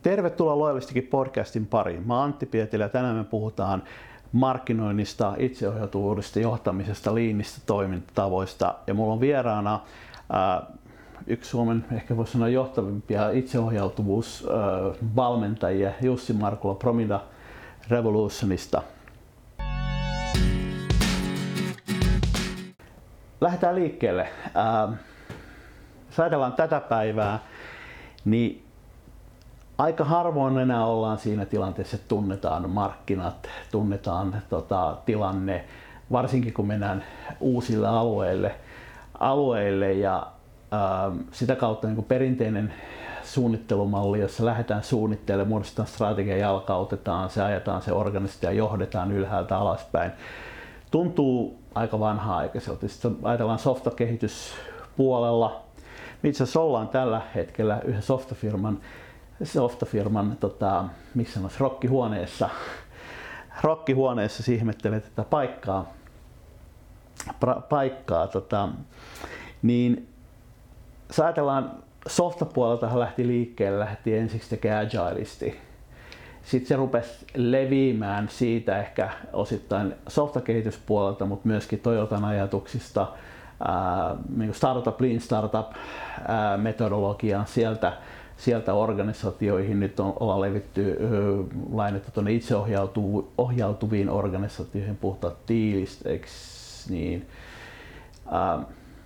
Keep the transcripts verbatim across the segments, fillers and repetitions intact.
Tervetuloa Lojaalistikin podcastin pariin. Mä oon Antti Pietilä ja tänään me puhutaan markkinoinnista, itseohjautuvuudesta, johtamisesta, liinistä toimintatavoista. Ja mulla on vieraana ää, yksi Suomen, ehkä voisi sanoa johtavimpia itseohjautuvuusvalmentajia, Jussi Markula Promida Revolutionista. Lähdetään liikkeelle. Ää, jos ajatellaan tätä päivää, niin aika harvoin enää ollaan siinä tilanteessa, että tunnetaan markkinat, tunnetaan tota, tilanne, varsinkin kun mennään uusille alueille, alueille ja ää, sitä kautta niin kuin perinteinen suunnittelumalli, jossa lähdetään suunnittelemaan, muodostetaan strategia, jalkautetaan, se ajetaan, se organisaatio ja johdetaan ylhäältä alaspäin. Tuntuu aika vanha-aikaiselta. Sitten ajatellaan softakehityspuolella. Itse asiassa ollaan tällä hetkellä yhden softafirman softafirman, tota, miksi sanoisi, rokkihuoneessa. Rokkihuoneessa ihmettelee tätä paikkaa. Pra, paikkaa tota, niin jos ajatellaan softapuolelta lähti liikkeelle, lähti ensiksi tekemään agilisti. Sitten se rupesi leviämään siitä ehkä osittain softakehityspuolelta, mutta myöskin Toyotan ajatuksista, ää, niin startup, lean startup ää, metodologiaan sieltä. Sieltä organisaatioihin nyt on, ollaan levitty lainettu tuonne itseohjautuviin organisaatioihin, puhutaan tiilistä, eikö niin? Ähm,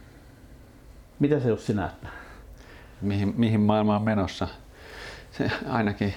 mitä se Jussi näet? Mihin, mihin maailma on menossa? Se ainakin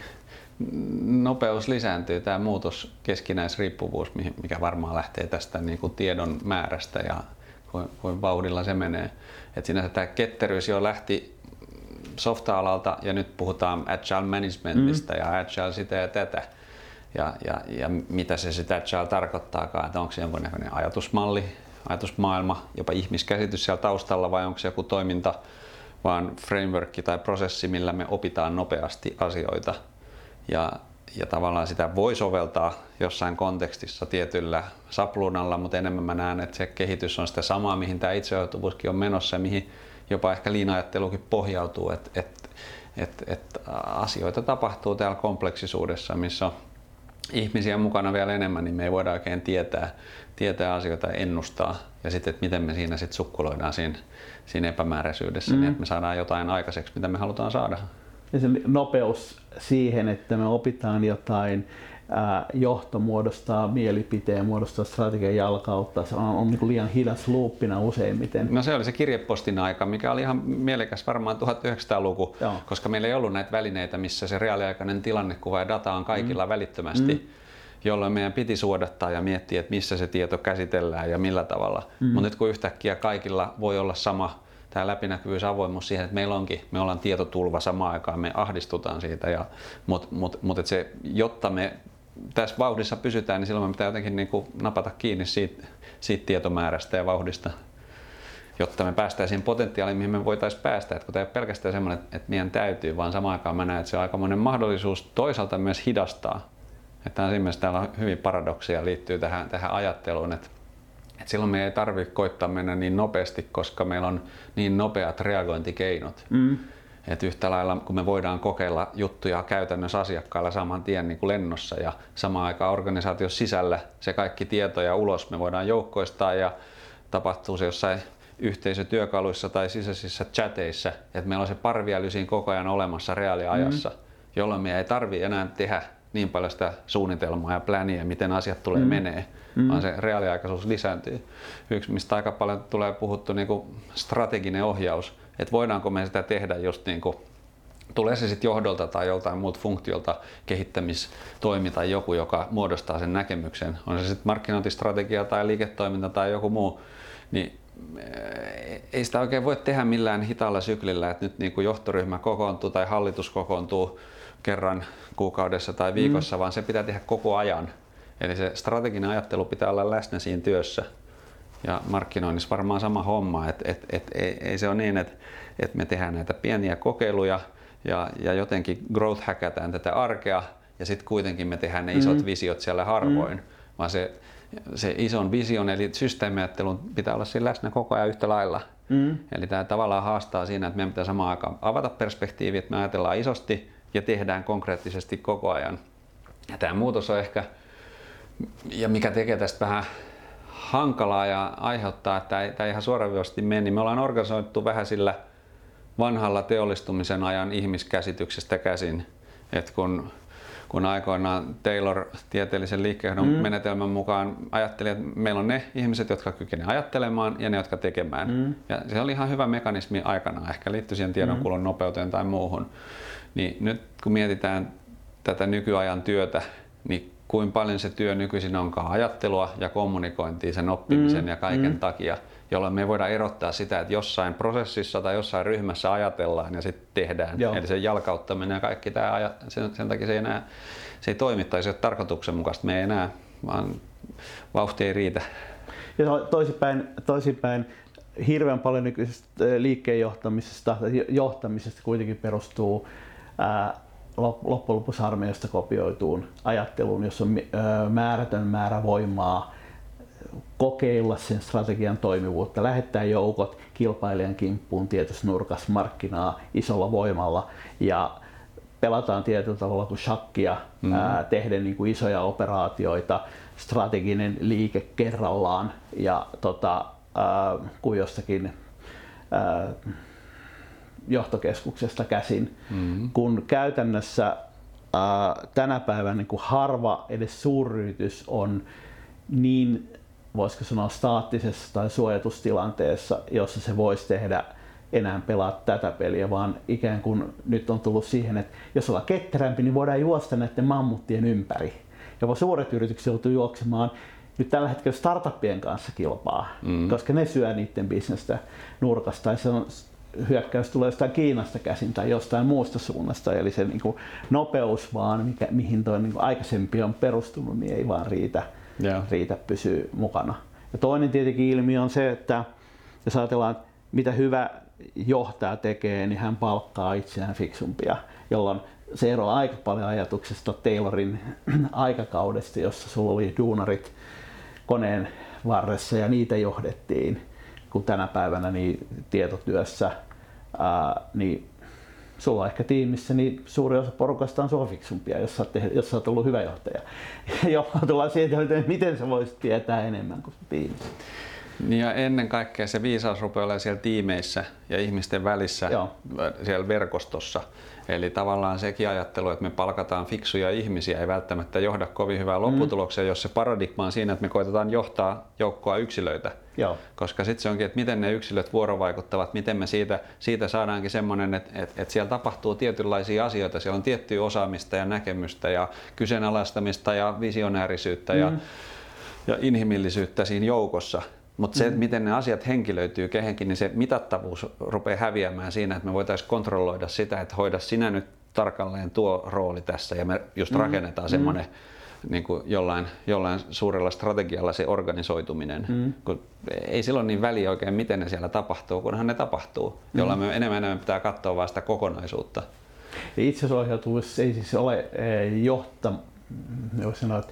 nopeus lisääntyy, tämä muutos, keskinäisriippuvuus, mikä varmaan lähtee tästä niin kuin tiedon määrästä ja kuin vauhdilla se menee. Et sinänsä tämä ketteryys jo lähti softa-alalta ja nyt puhutaan agile managementista mm. ja agile sitä ja tätä. Ja, ja, ja mitä se sitä agile tarkoittaakaan, että onko se jonkunnäköinen ajatusmalli, ajatusmaailma, jopa ihmiskäsitys siellä taustalla vai onko se joku toiminta, vaan framework tai prosessi, millä me opitaan nopeasti asioita. Ja, ja tavallaan sitä voi soveltaa jossain kontekstissa tietyllä sapluunalla, mutta enemmän mä näen, että se kehitys on sitä samaa, mihin tämä itseohjautuvuuskin on menossa, mihin jopa ehkä lean-ajattelukin pohjautuu, että et, et, et asioita tapahtuu täällä kompleksisuudessa, missä on ihmisiä mukana vielä enemmän, niin me ei voida oikein tietää, tietää asioita ja ennustaa. Ja sitten, että miten me siinä sit sukkuloidaan siinä, siinä epämääräisyydessä, mm. niin että me saadaan jotain aikaiseksi, mitä me halutaan saada. Ja se nopeus siihen, että me opitaan jotain, ää, johto muodostaa mielipiteen, muodostaa strategian jalkautta, se on, on niin liian hidas luuppina useimmiten. No se oli se kirjepostin aika, mikä oli ihan mielekäs varmaan tuhatyhdeksänsataaluku, Joo. koska meillä ei ollut näitä välineitä, missä se reaaliaikainen tilannekuva ja data on kaikilla mm. välittömästi, mm. jolloin meidän piti suodattaa ja miettiä, että missä se tieto käsitellään ja millä tavalla. Mm. Mutta nyt kun yhtäkkiä kaikilla voi olla sama tämä läpinäkyvyys, avoimuus siihen, että meillä onkin, me ollaan tietotulva samaan aikaan, me ahdistutaan siitä, ja, mutta mut, mut, se, jotta me tässä vauhdissa pysytään, niin silloin me pitää jotenkin niin kuin napata kiinni siitä, siitä tietomäärästä ja vauhdista, jotta me päästäisiin potentiaaliin, mihin me voitaisiin päästä. Et kun tämä ei ole pelkästään semmoinen, että meidän täytyy, vaan samaan aikaan mä näen, että se on aikamoinen mahdollisuus toisaalta myös hidastaa. Että siinä mielessä täällä on hyvin paradoksia liittyy tähän, tähän ajatteluun, että et silloin me ei tarvitse koittaa mennä niin nopeasti, koska meillä on niin nopeat reagointikeinot. Mm. Et yhtä lailla kun me voidaan kokeilla juttuja käytännössä asiakkailla saman tien niin kuin lennossa ja samaan aikaan organisaation sisällä se kaikki tieto ja ulos me voidaan joukkoistaa ja tapahtuu se jossain yhteisötyökaluissa tai sisäisissä chateissa, että meillä on se parviäly siinä koko ajan olemassa reaaliajassa, mm. jolloin me ei tarvitse enää tehdä niin paljon sitä suunnitelmaa ja pläniä, miten asiat tulee mm. menee, mm. vaan se reaaliaikaisuus lisääntyy. Yksi, mistä aika paljon tulee puhuttu, niin kuin strateginen ohjaus, että voidaanko me sitä tehdä just niin kuin, tulee se sitten johdolta tai joltain muut funktiolta kehittämistoimi tai joku, joka muodostaa sen näkemyksen, on se sitten markkinointistrategia tai liiketoiminta tai joku muu, niin ei sitä oikein voi tehdä millään hitaalla syklillä, että nyt niin kuin johtoryhmä kokoontuu tai hallitus kokoontuu kerran kuukaudessa tai viikossa, mm. vaan se pitää tehdä koko ajan. Eli se strateginen ajattelu pitää olla läsnä siinä työssä. Ja markkinoinnissa varmaan sama homma, että et, et, ei, ei se ole niin, että et me tehdään näitä pieniä kokeiluja ja, ja jotenkin growth hackataan tätä arkea ja sitten kuitenkin me tehdään ne isot mm. visiot siellä harvoin, mm. vaan se, se ison vision eli systeemiajattelun pitää olla siinä läsnä koko ajan yhtä lailla. Mm. Eli tämä tavallaan haastaa siinä, että meidän pitää samaan aikaan avata perspektiivi, että me ajatellaan isosti ja tehdään konkreettisesti koko ajan. Ja tämä muutos on ehkä, ja mikä tekee tästä vähän hankalaa ja aiheuttaa, että tämä ihan suoraviivaisesti meni, niin me ollaan organisoitu vähän sillä vanhalla teollistumisen ajan ihmiskäsityksestä käsin, että kun kun aikoinaan Taylor tieteellisen liikkeenjohdon mm. menetelmän mukaan ajatteli, että meillä on ne ihmiset, jotka kykenevät ajattelemaan ja ne, jotka tekemään. Mm. Ja se oli ihan hyvä mekanismi aikanaan, ehkä liittyi siihen tiedonkulun mm. nopeuteen tai muuhun. Niin nyt kun mietitään tätä nykyajan työtä, niin kuinka paljon se työ nykyisin onkaan ajattelua ja kommunikointia sen oppimisen mm. ja kaiken mm. takia, jolloin me voidaan erottaa sitä, että jossain prosessissa tai jossain ryhmässä ajatellaan ja sitten tehdään. Joo. Eli se jalkauttaminen ja kaikki tämä, sen, sen takia se ei, enää, se ei toimi tai se ei ole tarkoituksenmukaista. Me ei enää, vaan vauhti ei riitä. Ja toisinpäin, toisinpäin hirveän paljon nykyisestä liikkeen johtamisesta, johtamisesta kuitenkin perustuu ää, loppujen lopuksi armeijasta kopioituun ajatteluun, jossa on määrätön määrä voimaa kokeilla sen strategian toimivuutta, lähettää joukot kilpailijan kimppuun tietyssä nurkassa markkinaa isolla voimalla ja pelataan tietyllä tavalla kuin shakkia, mm. ää, tehden niin kuin isoja operaatioita, strateginen liike kerrallaan ja tota, ää, kuin jostakin ää, johtokeskuksesta käsin, mm. kun käytännössä ää, tänä päivänä niin kuin harva edes suuryritys on niin, voisiko sanoa, staattisessa tai suojatustilanteessa, jossa se voisi tehdä enää pelaa tätä peliä, vaan ikään kuin nyt on tullut siihen, että jos ollaan ketterämpi, niin voidaan juosta näiden mammuttien ympäri. Jopa suuret yritykset joutuu juoksemaan nyt tällä hetkellä startuppien kanssa kilpaa, mm. koska ne syö niiden bisnestä nurkasta. Tai se on, hyökkäys tulee jostain Kiinasta käsin tai jostain muusta suunnasta. Eli se niin kuin nopeus vaan, mikä, mihin toi niin kuin aikaisempi on perustunut, niin ei vaan riitä, yeah. riitä pysyä mukana. Ja toinen tietenkin ilmiö on se, että jos ajatellaan, mitä hyvä johtaja tekee, niin hän palkkaa itseään fiksumpia, jolloin se eroaa aika paljon ajatuksesta Taylorin aikakaudesta, jossa sulla oli duunarit koneen varressa ja niitä johdettiin, kun tänä päivänä niin tietotyössä ää, niin sulla on ehkä tiimissä niin suuri osa porukasta on sua fiksumpia, jos sä oot, tehnyt, jos sä oot ollut hyvä johtaja. Jolloin tullaan siihen, että miten sä voisit tietää enemmän kuin tiimissä. Ja ennen kaikkea se viisaus rupeaa olemaan siellä tiimeissä ja ihmisten välissä, Joo. siellä verkostossa. Eli tavallaan sekin ajattelu, että me palkataan fiksuja ihmisiä, ei välttämättä johda kovin hyvää lopputulokseen, mm. jos se paradigma on siinä, että me koitetaan johtaa joukkoa yksilöitä. Joo. Koska sitten se onkin, että miten ne yksilöt vuorovaikuttavat, miten me siitä, siitä saadaankin semmoinen, että, että, että siellä tapahtuu tietynlaisia asioita. Siellä on tiettyä osaamista ja näkemystä ja kyseenalaistamista ja visionäärisyyttä mm. ja, ja inhimillisyyttä siinä joukossa. Mutta se, että miten ne asiat henkilöityy kehenkin, niin se mitattavuus rupeaa häviämään siinä, että me voitaisiin kontrolloida sitä, että hoida sinä nyt tarkalleen tuo rooli tässä ja me just rakennetaan mm. semmoinen niin kuin jollain, jollain suurella strategialla se organisoituminen. Mm. Kun ei silloin niin väliä oikein, miten ne siellä tapahtuu, kunhan ne tapahtuu, mm. jolloin me enemmän enemmän pitää katsoa vaan sitä kokonaisuutta. Itseohjautuvuus ei siis ole johta, jos sanoa,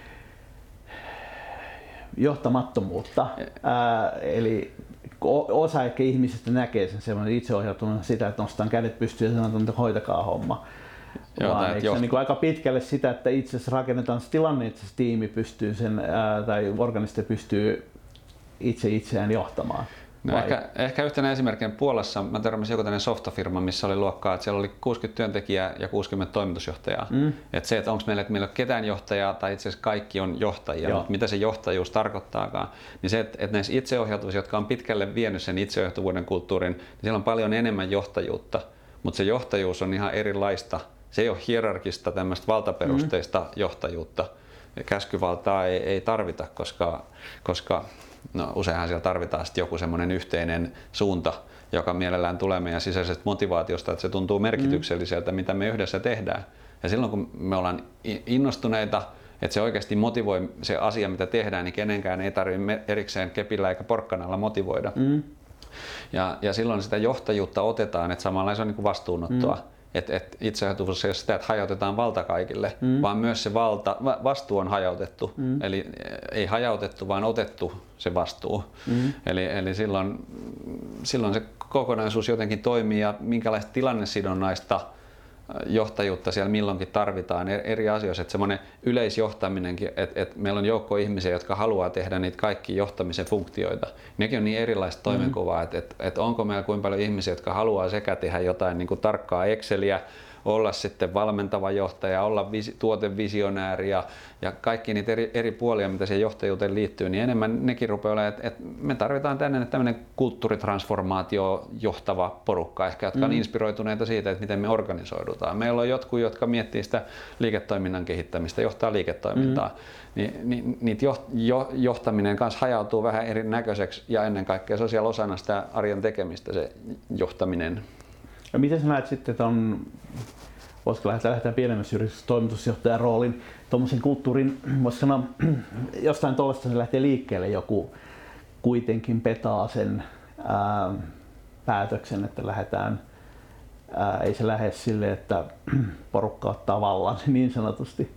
johtamattomuutta, Ää, eli osa ehkä ihmisistä näkee sen semmoinen itseohjautunut sitä, että nostan kädet pystyyn ja sanotaan, että hoitakaa homma. Joo, vaan eikö se niin kuin aika pitkälle sitä, että itse asiassa rakennetaan se tilanne, että se tiimi pystyy sen, ää, tai organisti pystyy itse itseään johtamaan. No ehkä, ehkä yhtenä esimerkkinä Puolassa mä törmäsin joku tämmöinen softafirma, missä oli luokkaa, että siellä oli kuusikymmentä työntekijää ja kuusikymmentä toimitusjohtajaa. Mm. Että se, että onko meillä, että meillä ei ole ketään johtajaa tai itse asiassa kaikki on johtajia, mutta mitä se johtajuus tarkoittaakaan, niin se, että, että näissä itseohjautuvuissa, jotka on pitkälle vienyt sen itseohjautuvuuden kulttuurin, niin siellä on paljon enemmän johtajuutta, mutta se johtajuus on ihan erilaista. Se ei ole hierarkista tämmöistä valtaperusteista mm. johtajuutta. Käskyvaltaa ei, ei tarvita, koska, koska no, useinhan siellä tarvitaan sitten joku semmoinen yhteinen suunta, joka mielellään tulee meidän sisäisestä motivaatiosta, että se tuntuu merkitykselliseltä, mitä me yhdessä tehdään. Ja silloin kun me ollaan innostuneita, että se oikeasti motivoi se asia, mitä tehdään, niin kenenkään ei tarvitse erikseen kepillä eikä porkkanalla motivoida. Mm. Ja, ja silloin sitä johtajuutta otetaan, että samalla se on niin kuin vastuunottoa. Mm. Että et itseohjautuvuus ei ole sitä, että hajautetaan valta kaikille, mm. vaan myös se valta, vastuu on hajautettu. Mm. Eli ei hajautettu, vaan otettu se vastuu. Mm. Eli, eli silloin, silloin se kokonaisuus jotenkin toimii ja minkälaista tilannesidonnaista johtajuutta siellä milloinkin tarvitaan eri asioissa, että semmoinen yleisjohtaminenkin, että, että meillä on joukko ihmisiä, jotka haluaa tehdä niitä kaikki johtamisen funktioita. Nekin on niin erilaista toimenkuvaa, että, että, että onko meillä kuinka paljon ihmisiä, jotka haluaa sekä tehdä jotain niin kuin tarkkaa Exceliä, olla sitten valmentava johtaja, olla visi, tuotevisionääri ja, ja kaikki niitä eri, eri puolia, mitä siihen johtajuuteen liittyy, niin enemmän nekin rupeaa olemaan, että, että me tarvitaan tänne tämmöinen kulttuuritransformaatio johtava porukka ehkä, jotka on mm. inspiroituneita siitä, että miten me organisoidutaan. Meillä on jotkut, jotka miettii sitä liiketoiminnan kehittämistä, johtaa liiketoimintaa. Mm. Niin, niin, niitä jo, jo, johtaminen kanssa hajautuu vähän erinäköiseksi ja ennen kaikkea se on siellä osana sitä arjen tekemistä se johtaminen. Ja miten sä näet sitten, että on, voisiko lähteä, lähteä pienemmässä yrityksessä toimitusjohtajan roolin, tuommoisen kulttuurin, voisi sanoa, jostain tuollaista se lähtee liikkeelle joku kuitenkin petaa sen ää, päätöksen, että lähdetään, ää, ei se lähde sille, että porukka ottaa vallan niin sanotusti.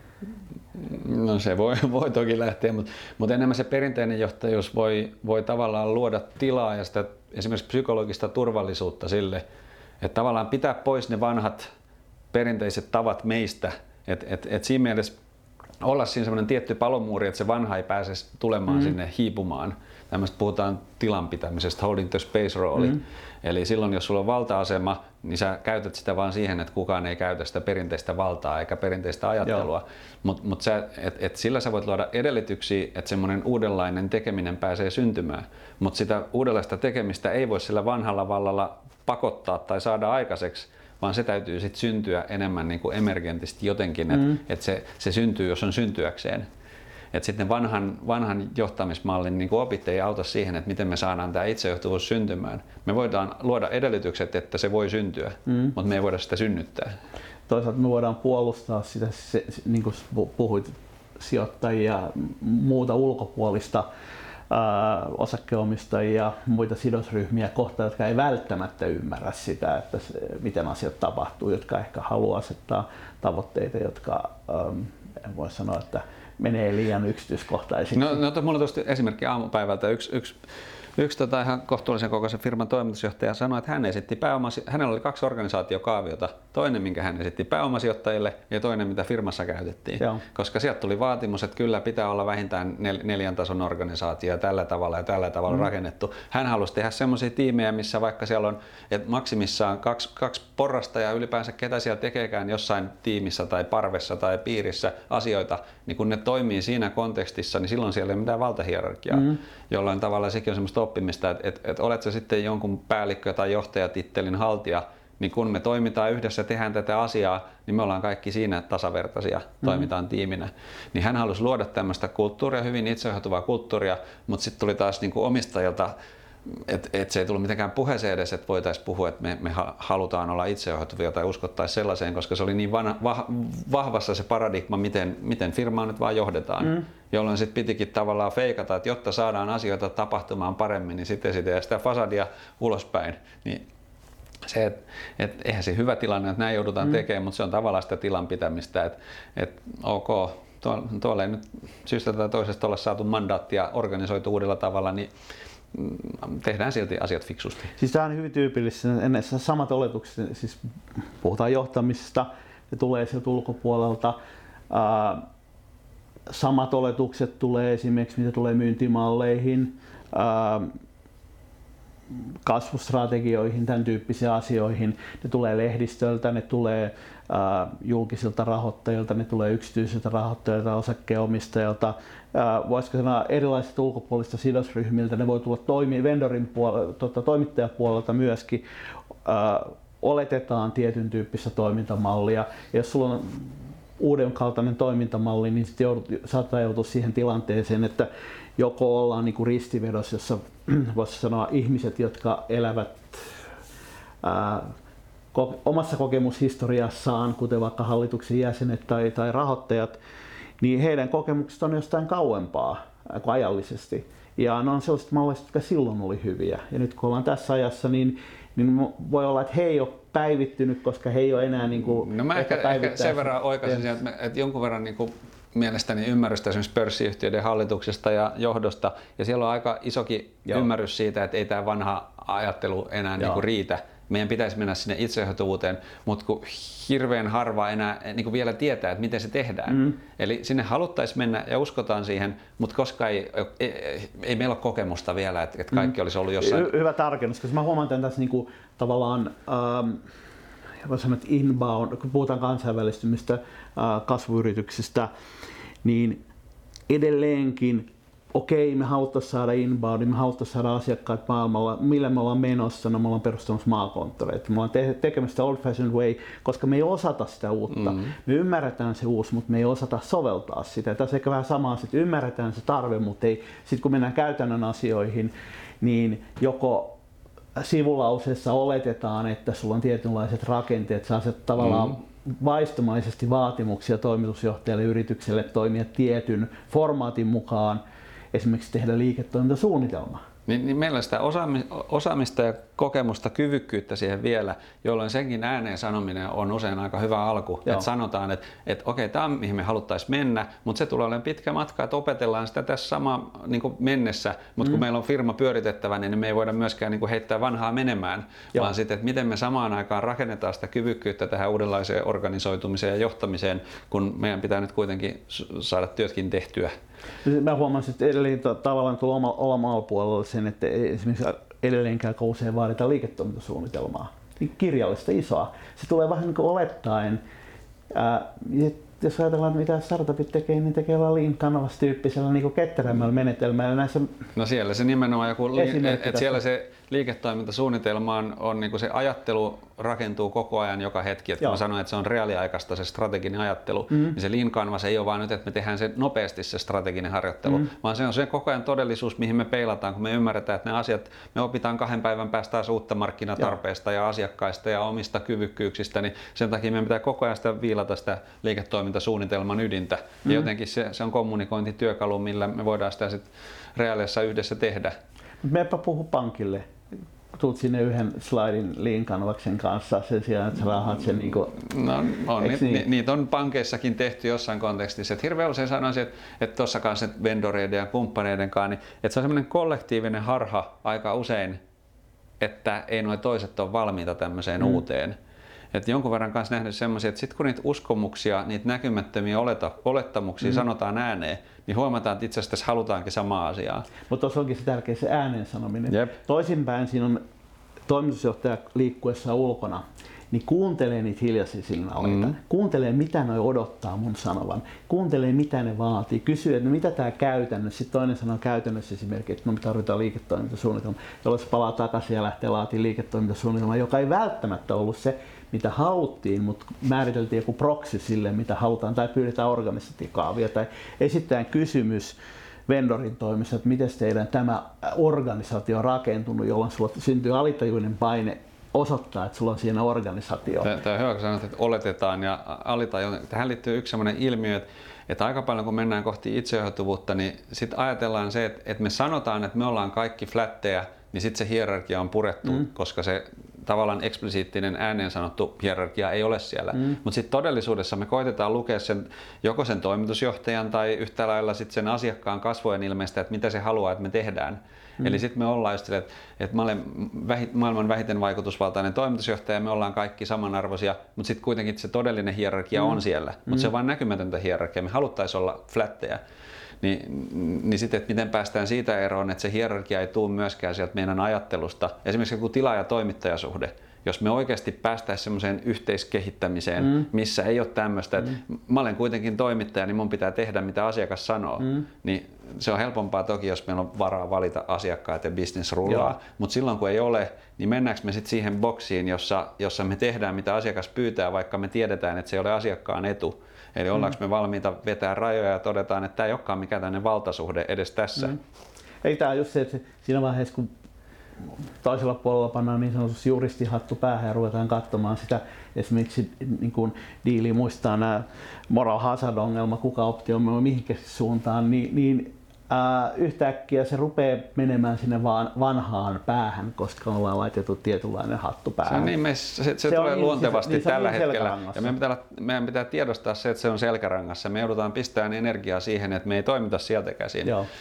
No se voi, voi toki lähteä, mutta, mutta enemmän se perinteinen johtajuus voi, voi tavallaan luoda tilaa ja sitä esimerkiksi psykologista turvallisuutta sille, että tavallaan pitää pois ne vanhat perinteiset tavat meistä, että et, et siinä mielessä olla siinä semmoinen tietty palomuuri, että se vanha ei pääse tulemaan mm. sinne hiipumaan. Tämmöistä puhutaan tilan pitämisestä, holding the space rooli. Mm. Eli silloin, jos sulla on valta-asema, niin sä käytät sitä vaan siihen, että kukaan ei käytä sitä perinteistä valtaa eikä perinteistä ajattelua. Mutta mut et, et sillä sä voit luoda edellytyksiä, että semmoinen uudenlainen tekeminen pääsee syntymään. Mutta sitä uudenlaista tekemistä ei voi sillä vanhalla vallalla pakottaa tai saada aikaiseksi, vaan se täytyy sitten syntyä enemmän niin kuin emergentisti jotenkin, että mm. et se, se syntyy, jos on syntyäkseen. Et sitten vanhan, vanhan johtamismallin niin kuin opit ei auta siihen, että miten me saadaan tämä itsejohtavuus syntymään. Me voidaan luoda edellytykset, että se voi syntyä, mm. mutta me ei voida sitä synnyttää. Toisaalta me voidaan puolustaa sitä, se, niin kuin puhuit, sijoittajia, muuta ulkopuolista ää, osakkeenomistajia, muita sidosryhmiä kohtaan, jotka ei välttämättä ymmärrä sitä, että se, miten asiat tapahtuu, jotka ehkä haluaa asettaa tavoitteita, jotka äm, voi sanoa, että menee liian yksityiskohtaisesti. No, no mulla on tuosta esimerkki aamupäivältä. Yksi, yksi, yksi tota ihan kohtuullisen kokoisen firman toimitusjohtaja sanoi, että hän esitti pääomasi- hänellä oli kaksi organisaatiokaaviota. Toinen, minkä hän esitti pääomasijoittajille ja toinen, mitä firmassa käytettiin. Joo. Koska sieltä tuli vaatimus, että kyllä pitää olla vähintään nel- neljän tason organisaatio tällä tavalla ja tällä tavalla mm. rakennettu. Hän halusi tehdä semmoisia tiimejä, missä vaikka siellä on että maksimissaan kaksi, kaksi porrasta ja ylipäänsä ketä siellä tekeekään jossain tiimissä tai parvessa tai piirissä asioita, niin kun ne toimii siinä kontekstissa, niin silloin siellä ei ole mitään valtahierarkiaa. Mm. Jollain tavalla sekin on semmoista oppimista, että, että, että olet sä sitten jonkun päällikkö- tai johtajatittelin haltija, niin kun me toimitaan yhdessä, tehdään tätä asiaa, niin me ollaan kaikki siinä tasavertaisia, mm-hmm. toimitaan tiiminä. Niin hän halusi luoda tämmöistä kulttuuria, hyvin itsejohtuvaa kulttuuria, mutta sitten tuli taas niin kuin omistajilta, että et se ei tullut mitenkään puheeseen edes, että voitaisiin puhua, että me, me halutaan olla itsejohtuvia tai uskottaisiin sellaiseen, koska se oli niin van, va, vahvassa se paradigma, miten, miten firmaa nyt vaan johdetaan. Mm. Jolloin sitten pitikin tavallaan feikata, että jotta saadaan asioita tapahtumaan paremmin, niin sitten esitetään sitä fasadia ulospäin. Niin se, et, et, eihän se hyvä tilanne, että näin joudutaan mm. tekemään, mutta se on tavallaan sitä tilan pitämistä, että et, ok, tuolla, tuolla ei nyt syystä tai toisesta olla saatu mandaattia organisoitu uudella tavalla, niin tehdään silti asiat fiksusti. Siis tämä on hyvin tyypillistä. Samat oletukset, siis puhutaan johtamisesta, se tulee sieltä ulkopuolelta. Samat oletukset tulee esimerkiksi, mitä tulee myyntimalleihin, kasvustrategioihin, tämän tyyppisiin asioihin. Ne tulee lehdistöltä, ne tulee julkisilta rahoittajilta, ne tulee yksityisiltä rahoittajilta, osakkeenomistajilta. Voisiko sanoa erilaisilta ulkopuolista sidosryhmiltä, ne voi tulla toimi, vendorin puolelta, tuota, toimittajapuolelta myöskin. Äh, oletetaan tietyn tyyppistä toimintamallia. Ja jos sulla on uuden kaltainen toimintamalli, niin sitten joudut, saattaa joutua siihen tilanteeseen, että joko ollaan niin kuin ristivedossa, jossa voisi sanoa ihmiset, jotka elävät äh, ko- omassa kokemushistoriassaan, kuten vaikka hallituksen jäsenet tai, tai rahoittajat, niin heidän kokemukset on jostain kauempaa kuin ajallisesti. Ja ne on sellaiset mallit, jotka silloin oli hyviä. Ja nyt kun ollaan tässä ajassa, niin, niin voi olla, että he ei ole päivittynyt, koska he ei ole enää niin kuin... No mä ehkä, ehkä sen verran oikaisin, että, me, että jonkun verran niin kuin mielestäni ymmärrystä esimerkiksi pörssiyhtiöiden hallituksesta ja johdosta. Ja siellä on aika isokin Joo. ymmärrys siitä, että ei tämä vanha ajattelu enää niin kuin riitä. meidän pitäisi mennä sinne itsejohtavuuteen, mutta kun hirveän harva enää niin kuin vielä tietää, että miten se tehdään. Mm. Eli sinne haluttaisiin mennä ja uskotaan siihen, mutta koska ei, ei, ei meillä ole kokemusta vielä, että, että kaikki mm. olisi ollut jossain. Hyvä tarkennus, koska mä huomaan tämän tässä niin kuin, tavallaan ähm, voisi sanoa, että inbound, kun puhutaan kansainvälistymistä, äh, kasvuyrityksistä, niin edelleenkin okei, me haluttaisiin saada inboundin, me haluttaisiin saada asiakkaat maailmalla, millä me ollaan menossa, no me ollaan perustamassa maakonttoreita. Me ollaan te- tekemässä old fashioned way, koska me ei osata sitä uutta. Mm. Me ymmärretään se uusi, mutta me ei osata soveltaa sitä. Ja tässä ehkä vähän sama, että ymmärretään se tarve, mutta ei, sit kun mennään käytännön asioihin, niin joko sivulauseessa oletetaan, että sulla on tietynlaiset rakenteet, saa se tavallaan mm. vaistomaisesti vaatimuksia toimitusjohtajalle yritykselle toimia tietyn formaatin mukaan, esimerkiksi tehdä liiketoimintasuunnitelma. Niin, niin meillä on sitä osaamista ja kokemusta, kyvykkyyttä siihen vielä, jolloin senkin ääneen sanominen on usein aika hyvä alku. Että sanotaan, että, että okei, tämä on mihin me haluttaisiin mennä, mutta se tulee olemaan pitkä matka, että opetellaan sitä tässä sama niin kuin mennessä, mutta mm. kun meillä on firma pyöritettävä, niin me ei voida myöskään niin kuin heittää vanhaa menemään, Joo. vaan sitten, että miten me samaan aikaan rakennetaan sitä kyvykkyyttä tähän uudenlaiseen organisoitumiseen ja johtamiseen, kun meidän pitää nyt kuitenkin saada työtkin tehtyä. Mä huomasin, että edelleen tavallaan tuolla omalla, omalla puolella sen, että esimerkiksi edelleenkään usein vaaditaan liiketoimintasuunnitelmaa. Kirjallista isoa. Se tulee vähän niin kuin olettaen. Ää, jos ajatellaan, mitä startupit tekee, niin tekee Lean Canvas tyyppisellä niin kuin ketterämmällä menetelmällä. Näissä no siellä se nimenomaan joku, että et siellä se liiketoimintasuunnitelma on, on niin kuin se ajattelu rakentuu koko ajan joka hetki. Että kun mä sanoin, että se on reaaliaikaista se strateginen ajattelu, mm. niin se Lean Canvas ei ole vaan nyt, että me tehdään se nopeasti se strateginen harjoittelu, mm. vaan se on se koko ajan todellisuus, mihin me peilataan, kun me ymmärretään, että ne asiat, me opitaan kahden päivän päästä taas uutta markkinatarpeesta Joo. ja asiakkaista ja omista kyvykkyyksistä, niin sen takia meidän pitää koko ajan sitä viilata sitä liiketoimintasuunnitelman ydintä. Mm. Ja jotenkin se, se on kommunikointityökalu, millä me voidaan sitä sit reaaliassa yhdessä tehdä. Meepä puhu pankille. Tuut sinne yhden slaidin Lean Canvasin kanssa sen sijaan, että sä rahat sen niin kuin, no, on, ni, niin? Niitä on pankeissakin tehty jossain kontekstissa. Että hirveän usein sanoisin, että, että tuossa kanssa vendoreiden ja kumppaneiden kanssa, niin, että se on semmoinen kollektiivinen harha aika usein, että ei nuo toiset ole valmiita tämmöiseen mm. uuteen. Että jonkun verran kanssa nähnyt semmoisia, että sitten kun niitä uskomuksia, niitä näkymättömiä oleta, olettamuksia mm. sanotaan ääneen, niin huomataan, että itse asiassa tässä halutaankin samaa asiaa. Mutta tuossa onkin se tärkeä se ääneen sanominen. Jep. Toisinpäin siinä on toimitusjohtaja liikkuessa ulkona, niin kuuntelee niitä hiljaisia signaleita. Mm. Kuuntelee, mitä ne odottaa mun sanovan. Kuuntelee, mitä ne vaatii. Kysyy, että no, mitä tämä käytännössä. Sitten toinen sanoo käytännössä esimerkiksi, että no, me tarvitaan liiketoimintasuunnitelma, jolloin se palaa takaisin ja lähtee laatimaan liiketoimintasuunnitelmaa, joka ei välttämättä ollut se, mitä haluttiin, mutta määriteltiin joku proxy sille, mitä halutaan, tai pyydetään organisaatiokaavia, tai esitetään kysymys vendorin toimessa, että miten teidän tämä organisaatio on rakentunut, jolloin sulla syntyy alitajuinen paine osoittaa, että sulla on siinä organisaatio. Tämä on hyvä, kun sanot, että oletetaan ja alitajuinen. Tähän liittyy yksi sellainen ilmiö, että, että aika paljon kun mennään kohti itsejohtavuutta, niin sitten ajatellaan se, että, että me sanotaan, että me ollaan kaikki flättejä, niin sitten se hierarkia on purettu, mm. koska se tavallaan eksplisiittinen ääneen sanottu hierarkia ei ole siellä. Mm. Mutta sitten todellisuudessa me koitetaan lukea sen, joko sen toimitusjohtajan tai yhtä lailla sit sen asiakkaan kasvojen ilmeistä, että mitä se haluaa, että me tehdään. Mm. Eli sitten me ollaan just sille, että, että mä olen vähit, maailman vähiten vaikutusvaltainen toimitusjohtaja, me ollaan kaikki samanarvoisia, mutta sitten kuitenkin se todellinen hierarkia mm. on siellä. Mutta mm. se on vain näkymätöntä hierarkia, me haluttaisiin olla flättejä. Niin, niin sitten, että miten päästään siitä eroon, että se hierarkia ei tule myöskään sieltä meidän ajattelusta. Esimerkiksi joku tila- ja toimittajasuhde. Jos me oikeasti päästäisiin semmoiseen yhteiskehittämiseen, mm. missä ei ole tämmöistä, että mm. mä olen kuitenkin toimittaja, niin mun pitää tehdä mitä asiakas sanoo, mm. niin se on helpompaa toki, jos meillä on varaa valita asiakkaat ja business rullaa. Mutta silloin kun ei ole, niin mennäänkö me sitten siihen boksiin, jossa, jossa me tehdään mitä asiakas pyytää, vaikka me tiedetään, että se ei ole asiakkaan etu. Eli ollaanko me valmiita vetää rajoja ja todetaan, että tämä ei olekaan mikään tämmöinen valtasuhde edes tässä. Mm. Ei, tämä on just se, että siinä vaiheessa, kun toisella puolella pannaan niin sanotusti juristihattu päähän ja ruvetaan katsomaan sitä esimerkiksi niin kuin diiliä, muistaa nämä moral hazard-ongelma, kuka optioi mihinkä suuntaan, niin, niin ää, yhtäkkiä se rupeaa menemään sinne vaan vanhaan päähän, koska ollaan laitettu tietynlainen hattu päähän. Se, on niin, me, se, se, se tulee niin, luontevasti niin, tällä niin hetkellä. Ja meidän pitää, meidän pitää tiedostaa se, että se on selkärangassa. Me joudutaan pistämään energiaa siihen, että me ei toimita sieltä käsin. Joo.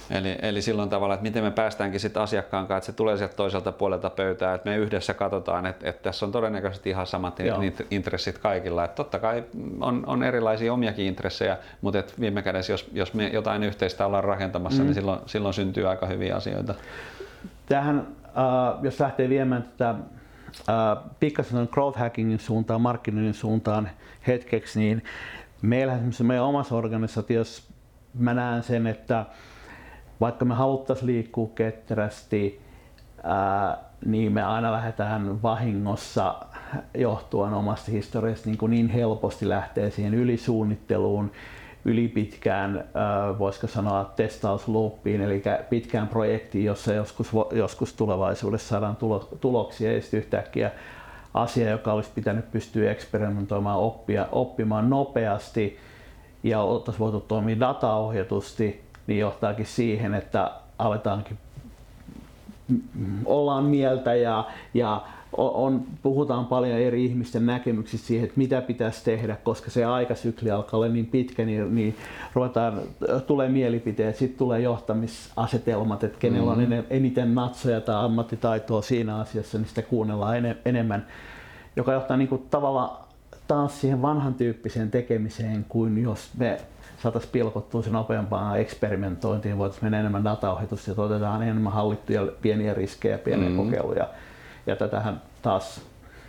Eli, eli silloin tavalla, että miten me päästäänkin sitten asiakkaan kanssa, että se tulee sieltä toiselta puolelta pöytää, että me yhdessä katsotaan, että, että tässä on todennäköisesti ihan samat Joo. intressit kaikilla. Että totta kai on, on erilaisia omiakin intressejä, mutta et viime kädessä, jos, jos me jotain yhteistä ollaan rakentamassa, mm. niin silloin, silloin syntyy aika hyviä asioita. Tähän, äh, jos lähtee viemään tätä äh, pikkasen growth hackingin suuntaan, markkinoinnin suuntaan hetkeksi, niin meillähän meidän omassa organisaatiossa mä näen sen, että vaikka me haluttaisiin liikkua ketterästi, ää, niin me aina lähdetään vahingossa johtuen omasta historiasta niin, niin helposti lähtee siihen ylisuunnitteluun, ylipitkään, ää, voisiko sanoa testausloopiin, eli pitkään projektiin, jossa joskus, joskus tulevaisuudessa saadaan tulo, tuloksia ja sitten yhtäkkiä asia, joka olisi pitänyt pystyä eksperimentoimaan, oppia, oppimaan nopeasti ja oltaisiin voitu toimia dataohjatusti, niin johtaakin siihen, että aletaankin ollaan mieltä ja, ja on, puhutaan paljon eri ihmisten näkemyksistä siihen, että mitä pitäisi tehdä, koska se aikasykli alkaa olla niin pitkä, niin, niin ruvetaan, tulee mielipiteet, sitten tulee johtamisasetelmat, että kenellä on eniten natsoja tai ammattitaitoa siinä asiassa, niin sitä kuunnellaan enemmän, joka johtaa niin kuin tavallaan taas siihen vanhan tyyppiseen tekemiseen, kuin jos me saataisiin pilkottua se nopeampaan eksperimentointiin, voitaisiin mennä enemmän dataohjatusta ja otetaan enemmän hallittuja pieniä riskejä, pieniä mm-hmm. kokeiluja. Ja tätähän taas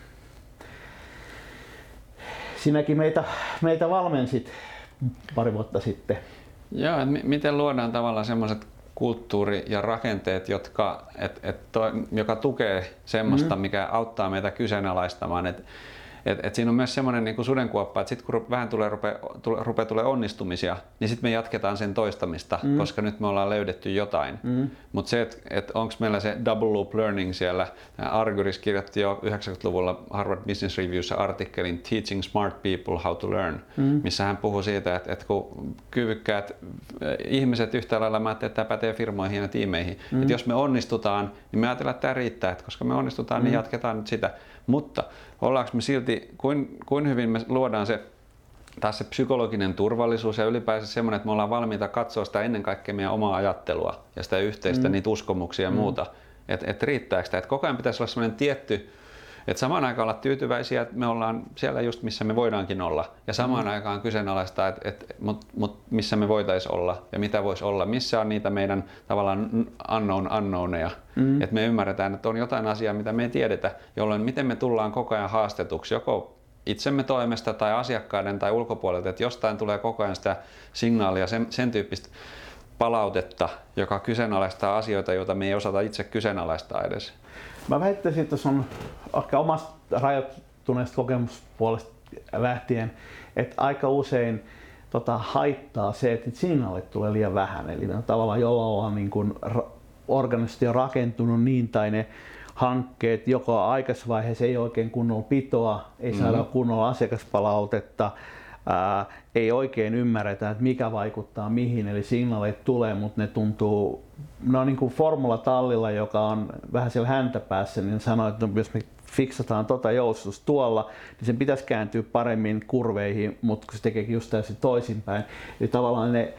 sinäkin meitä, meitä valmensit pari vuotta sitten. Joo, että miten luodaan tavallaan semmoiset kulttuuri ja rakenteet, jotka, et, et to, joka tukee semmoista, mm-hmm. mikä auttaa meitä kyseenalaistamaan. Et, Et, et siinä on myös semmoinen niin kuin sudenkuoppa, että sitten kun vähän tulee, rupeaa tule, rupea tulee onnistumisia, niin sitten me jatketaan sen toistamista, mm. koska nyt me ollaan löydetty jotain. Mm. Mutta se, että et onko meillä se double loop learning siellä, Argyris kirjoitti jo yhdeksänkymmentäluvulla Harvard Business Reviewssa artikkelin Teaching Smart People How to Learn, mm. missä hän puhui siitä, että, että kun kyvykkäät ihmiset yhtä lailla, mä ajattelin, että tämä pätee firmoihin ja tiimeihin, mm. että jos me onnistutaan, niin me ajatellaan, että tämä riittää, että koska me onnistutaan, mm. niin jatketaan nyt sitä. Mutta ollaanko me silti, kuin, kuin hyvin me luodaan se, taas se psykologinen turvallisuus ja ylipäänsä semmoinen, että me ollaan valmiita katsoa sitä ennen kaikkea meidän omaa ajattelua ja sitä yhteistä, mm. niitä uskomuksia ja mm. muuta. Että et riittääkö sitä, että koko ajan pitäisi olla semmoinen tietty, että samaan aikaan olla tyytyväisiä, että me ollaan siellä just missä me voidaankin olla ja samaan mm. aikaan kyseenalaistaa, että et, mut, mut missä me voitaisiin olla ja mitä voisi olla, missä on niitä meidän tavallaan unknown unknowneja, mm. että me ymmärretään, että on jotain asiaa, mitä me ei tiedetä, jolloin miten me tullaan koko ajan haastetuksi, joko itsemme toimesta tai asiakkaiden tai ulkopuolelta, että jostain tulee koko ajan sitä signaalia, sen, sen tyyppistä palautetta, joka kyseenalaistaa asioita, joita me ei osata itse kyseenalaistaa edes. Mä väittäisin, että se on ehkä omasta rajoittuneesta kokemuspuolesta lähtien, että aika usein tota, haittaa se, että signaalit tulee liian vähän. Eli tavallaan jolla ollaan niin kuin organisesti on rakentunut niin, tai ne hankkeet joko aikaisessa vaiheessa ei oikein kunnolla pitoa, ei saada mm-hmm. kunnolla asiakaspalautetta, ää, ei oikein ymmärretä, että mikä vaikuttaa mihin, eli signaaleet tulee, mutta ne tuntuu, ne on niin kuin formulatallilla, joka on vähän siellä häntäpäässä, niin sanoo, että jos me fiksataan tota joustusta tuolla, niin sen pitäisi kääntyä paremmin kurveihin, mutta se tekeekin just täysin toisinpäin. Eli tavallaan ne,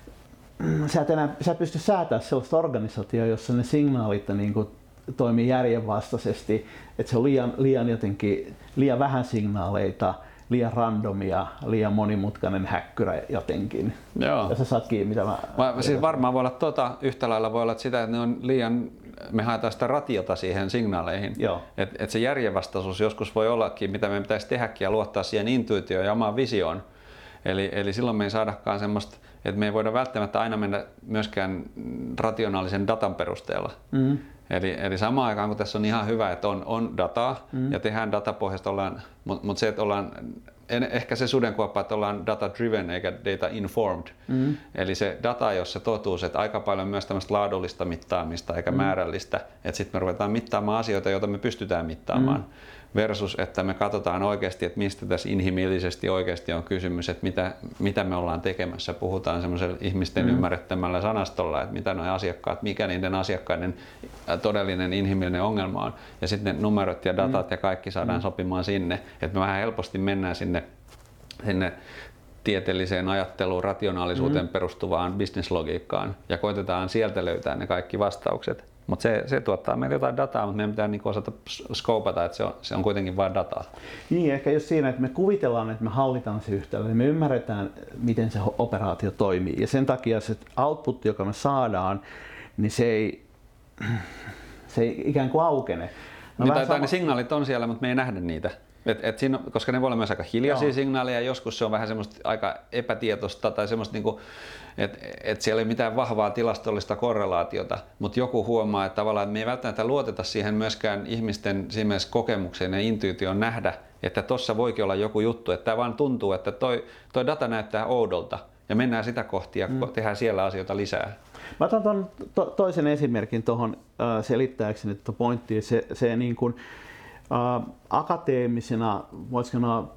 sä et enää sä et pysty säätämään sellaista organisaatiota, jossa ne signaalit niin kuin toimii järjenvastaisesti, että se on liian, liian, jotenkin, liian vähän signaaleita, liian randomia, liian monimutkainen häkkyrä jotenkin. Joo. Ja sä saat kiinni, mitä mä... mä siis varmaan voi olla tota, yhtä lailla voi olla sitä, että ne on liian, me haetaan sitä ratiota siihen signaaleihin. Että et se järjenvastaisuus joskus voi ollakin, mitä meidän pitäisi tehdäkin ja luottaa siihen intuitioon ja omaan visioon. Eli, eli silloin me ei saadakaan semmoista, että me ei voida välttämättä aina mennä myöskään rationaalisen datan perusteella. Mm. Eli, eli samaan aikaan, kun tässä on ihan hyvä, että on, on dataa mm. ja tehdään datapohjasta, ollaan, mutta mut se, että ollaan, en, ehkä se sudenkuoppa, että ollaan data-driven eikä data-informed. Mm. Eli se data, jos se totuus, että aika paljon myös tämmöistä laadullista mittaamista eikä mm. määrällistä, että sitten me ruvetaan mittaamaan asioita, joita me pystytään mittaamaan. Mm. Versus, että me katsotaan oikeasti, että mistä tässä inhimillisesti oikeasti on kysymys, että mitä, mitä me ollaan tekemässä. Puhutaan semmoisella ihmisten mm. ymmärrettämällä sanastolla, että mitä nuo asiakkaat, mikä niiden asiakkaiden todellinen inhimillinen ongelma on. Ja sitten ne numerot ja datat mm. ja kaikki saadaan mm. sopimaan sinne, että me vähän helposti mennään sinne, sinne tieteelliseen ajatteluun, rationaalisuuteen mm. perustuvaan bisneslogiikkaan ja koitetaan sieltä löytää ne kaikki vastaukset. Mutta se, se tuottaa meille jotain dataa, mutta meidän pitää niinku osata skoopata, että se on, se on kuitenkin vain dataa. Niin, ehkä just siinä, että me kuvitellaan, että me hallitaan se yhtälö, niin me ymmärretään, miten se operaatio toimii. Ja sen takia se output, joka me saadaan, niin se ei, se ei ikään kuin aukene. No niin, tai, sama... ne signaalit on siellä, mutta me ei nähdä niitä. Et, et siinä, koska ne voi olla myös aika hiljaisia Joo. signaaleja, ja joskus se on vähän semmoista aika epätietoista tai semmoista, niinku, että et siellä ei ole mitään vahvaa tilastollista korrelaatiota, mutta joku huomaa, että tavallaan että me ei välttämättä luoteta siihen myöskään ihmisten kokemukseen ja intuitioon nähdä, että tossa voikin olla joku juttu, että tämä vaan tuntuu, että toi, toi data näyttää oudolta ja mennään sitä kohti ja mm. tehdään siellä asioita lisää. Mä otan ton to, toisen esimerkin tuohon äh, selittääkseni tuota pointtia. Se, se niin kuin, äh, akateemisena, voisiko sanoa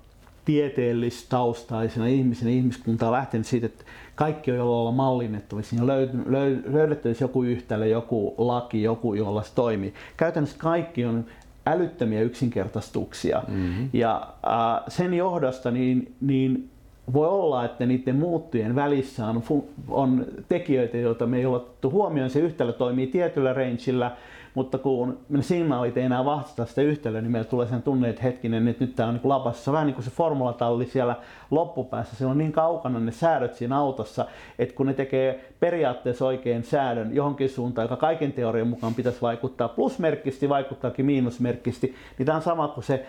tieteellistaustaisena ihmisenä ihmiskunta on lähtenyt siitä, että kaikki on jolla olla mallinnettavissa. Löydettäisiin joku yhtälö, joku laki, joku jolla se toimii. Käytännössä kaikki on älyttömiä yksinkertaistuksia. Mm-hmm. Ja äh, sen johdosta niin, niin voi olla, että niiden muuttujen välissä on, on tekijöitä, joita me ei ole otettu huomioon. Se yhtälö toimii tietyllä rangeillä, mutta kun ne signaalit ei enää vastata sitä yhtälöä, niin meillä tulee sen tunne, että hetkinen, että nyt tämä on niin labassa. Vähän niin kuin se formulatalli siellä loppupäässä. Se on niin kaukana ne säädöt siinä autossa, että kun ne tekee periaatteessa oikein säädön johonkin suuntaan, joka kaiken teorian mukaan pitäisi vaikuttaa plusmerkkisesti, vaikuttaakin miinusmerkkisesti, niin tämä on sama kuin se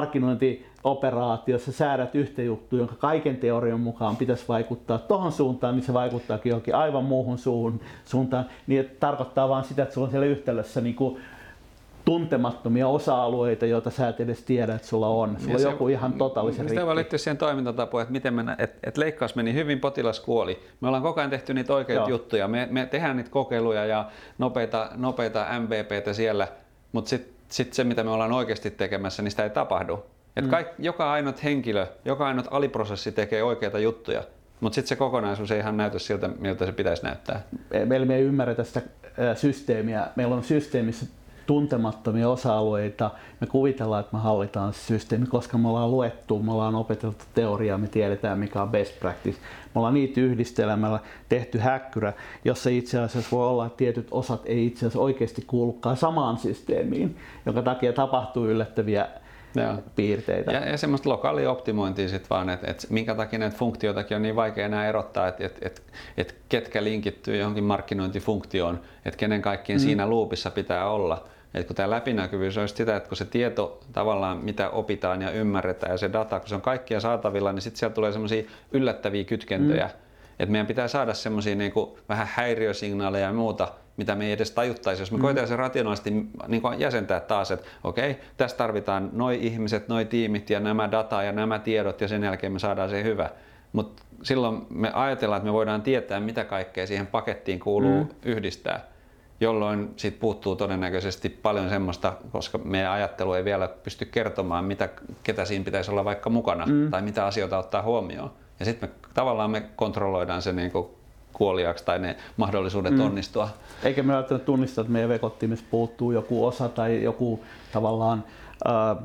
markkinointioperaatio, jos sä säädät yhtä juttua, jonka kaiken teorian mukaan pitäisi vaikuttaa tohon suuntaan, niin se vaikuttaakin johonkin aivan muuhun suun, suuntaan. Niin että tarkoittaa vaan sitä, että sulla on siellä yhtälössä niin kuin tuntemattomia osa-alueita, joita sä et edes tiedä, että sulla on. Sulla on joku ihan totaalisen rikki. Sitä voi liittyä siihen toimintatapoon, että miten mennä, että et leikkaus meni hyvin, potilas kuoli. Me ollaan koko ajan tehty niitä oikeita Joo. juttuja. Me, me tehdään niitä kokeiluja ja nopeita, nopeita M V P:tä siellä, mutta sitten sit se, mitä me ollaan oikeasti tekemässä, niin sitä ei tapahdu. Et kaik, mm. Joka ainut henkilö, joka ainut aliprosessi tekee oikeita juttuja, mutta sitten se kokonaisuus ei ihan näytä siltä, miltä se pitäisi näyttää. Meillä me ei ymmärretä sitä systeemiä. Meillä on systeemissä tuntemattomia osa-alueita. Me kuvitellaan, että me hallitaan se systeemi, koska me ollaan luettu, me ollaan opeteltu teoriaa, me tiedetään mikä on best practice. Me ollaan niitä yhdistelemällä tehty häkkyrä, jossa itse asiassa voi olla, että tietyt osat ei itse asiassa oikeasti kuulukaan samaan systeemiin, jonka takia tapahtuu yllättäviä Joo. piirteitä. Ja, ja semmoista lokaalia optimointia sitten vaan, että et minkä takia näitä funktioitakin on niin vaikea enää erottaa, että et, et, et ketkä linkittyy johonkin markkinointifunktioon, että kenen kaikkien mm. siinä loopissa pitää olla. Et kun tämä läpinäkyvyys on sitä, että kun se tieto tavallaan mitä opitaan ja ymmärretään ja se data, kun se on kaikkia saatavilla, niin sitten sieltä tulee semmoisia yllättäviä kytkentöjä. Mm. Että meidän pitää saada semmoisia niinku vähän häiriösignaaleja ja muuta, mitä me ei edes tajuttaisi, jos me mm. koetaan se rationaalisesti niin kuin jäsentää taas, että okei, tässä tarvitaan noi ihmiset, noi tiimit ja nämä data ja nämä tiedot ja sen jälkeen me saadaan se hyvä. Mutta silloin me ajatellaan, että me voidaan tietää, mitä kaikkea siihen pakettiin kuuluu mm. yhdistää, jolloin siitä puuttuu todennäköisesti paljon semmoista, koska meidän ajattelu ei vielä pysty kertomaan, mitä, ketä siinä pitäisi olla vaikka mukana mm. tai mitä asioita ottaa huomioon. Ja sitten me tavallaan me kontrolloidaan se niin kuin kuoliaaksi tai ne mahdollisuudet mm. onnistua. Eikä me välttämättä tunnista, että meidän vekottimessa puuttuu joku osa tai joku tavallaan äh,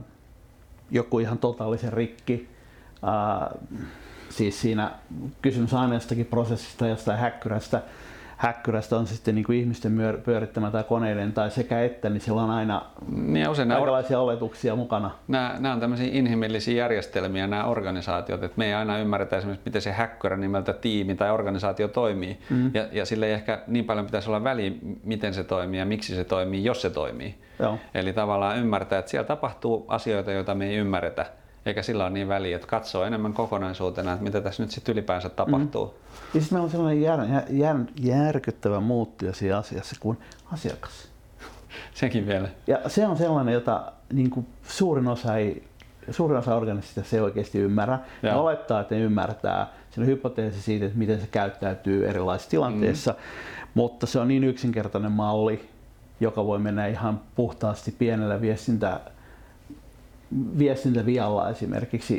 joku ihan totaalisen rikki. Äh, siis siinä kysymys aina jostakin prosessista, jostain häkkyrästä. Häkkyrästä on sitten niin kuin ihmisten pyörittämä tai koneiden tai sekä että, niin siellä on aina niin kaikenlaisia oletuksia mukana. Nämä, nämä on tämmöisiä inhimillisiä järjestelmiä, nämä organisaatiot, että me ei aina ymmärretä esimerkiksi, miten se häkkyrä nimeltä tiimi tai organisaatio toimii. Mm. Ja, ja sille ei ehkä niin paljon pitäisi olla väliä, miten se toimii ja miksi se toimii, jos se toimii. Joo. Eli tavallaan ymmärtää, että siellä tapahtuu asioita, joita me ei ymmärretä. Eikä sillä ole niin väliä, että katsoo enemmän kokonaisuutena, että mitä tässä nyt sitten ylipäänsä tapahtuu. Mm. Ja sitten meillä on sellainen jär, jär, järkyttävä muuttuja siinä asiassa kuin asiakas. Sekin vielä. Ja se on sellainen, jota niin kuin suurin osa ei, suurin osa organisista se ei oikeasti ymmärrä. Ne olettaa, että ne ymmärtää. Siinä on hypoteesi siitä, että miten se käyttäytyy erilaisissa tilanteissa. Mm. Mutta se on niin yksinkertainen malli, joka voi mennä ihan puhtaasti pienellä viestintä viestintävialla esimerkiksi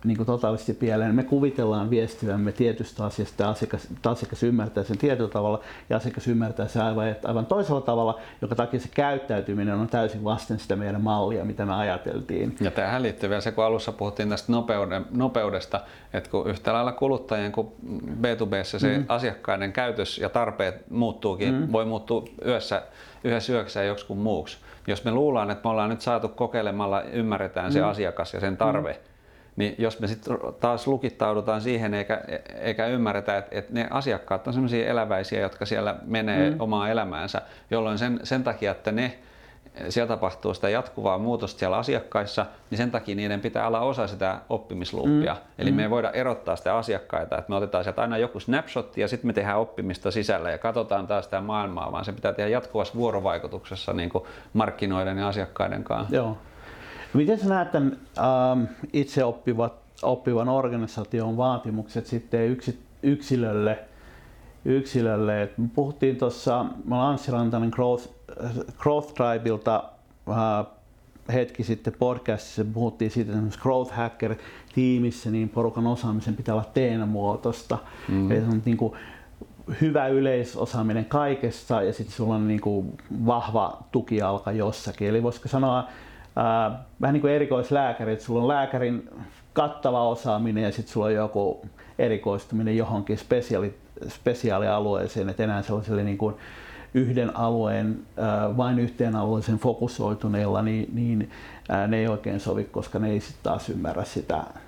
niin kuin totaalisesti pieleen. Me kuvitellaan viestivämme tietystä asiasta ja asiakas, asiakas ymmärtää sen tietyllä tavalla ja asiakas ymmärtää sen aivan, aivan toisella tavalla, joka takia se käyttäytyminen on täysin vasten sitä meidän mallia, mitä me ajateltiin. Ja tähän liittyy vielä se, kun alussa puhuttiin tästä nopeudesta, että kun yhtä lailla kuluttajien kuin B two B:ssä se mm. asiakkaiden käytös ja tarpeet muuttuukin, mm. voi muuttua yössä, yhdessä yöksi ja joksikin muuksi. Jos me luullaan, että me ollaan nyt saatu kokeilemalla, ymmärretään se mm. asiakas ja sen tarve, mm. niin jos me sitten taas lukittaudutaan siihen eikä, eikä ymmärretä, että, että ne asiakkaat on sellaisia eläväisiä, jotka siellä menee mm. omaa elämäänsä, jolloin sen, sen takia, että ne siellä tapahtuu sitä jatkuvaa muutosta siellä asiakkaissa, niin sen takia niiden pitää olla osa sitä oppimisluuppia. Mm. Eli me ei voida erottaa sitä asiakkaita, että me otetaan sieltä aina joku snapshot ja sitten me tehdään oppimista sisällä ja katsotaan taas sitä maailmaa, vaan se pitää tehdä jatkuvassa vuorovaikutuksessa niin kuin markkinoiden ja asiakkaiden kanssa. Joo. Miten sä näet tämän ähm, itse oppivat, oppivan organisaation vaatimukset sitten yksi, yksilölle? yksilölle. Et me puhuttiin tuossa, mä Anssi Rantanen Growth, Growth Tribeilta äh, hetki sitten podcastissa, puhuttiin siitä, että Growth Hacker-tiimissä niin porukan osaamisen pitää olla teenmuotoista. Mm. Eli se on niin kuin hyvä yleisosaaminen kaikessa ja sitten sulla on niin kuin vahva tukijalka jossakin. Eli voisiko sanoa äh, vähän niin kuin erikoislääkäri, että sulla on lääkärin kattava osaaminen ja sitten sulla on joku erikoistuminen johonkin spesiaali, spesiaalialueeseen, että enää sellaiselle niin kuin yhden alueen, äh, vain yhteen alueeseen fokusoituneilla, niin, niin äh, ne ei oikein sovi, koska ne ei sitten taas ymmärrä sitä, äh,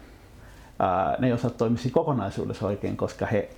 ne ei osaa toimia kokonaisuudessa oikein, koska he,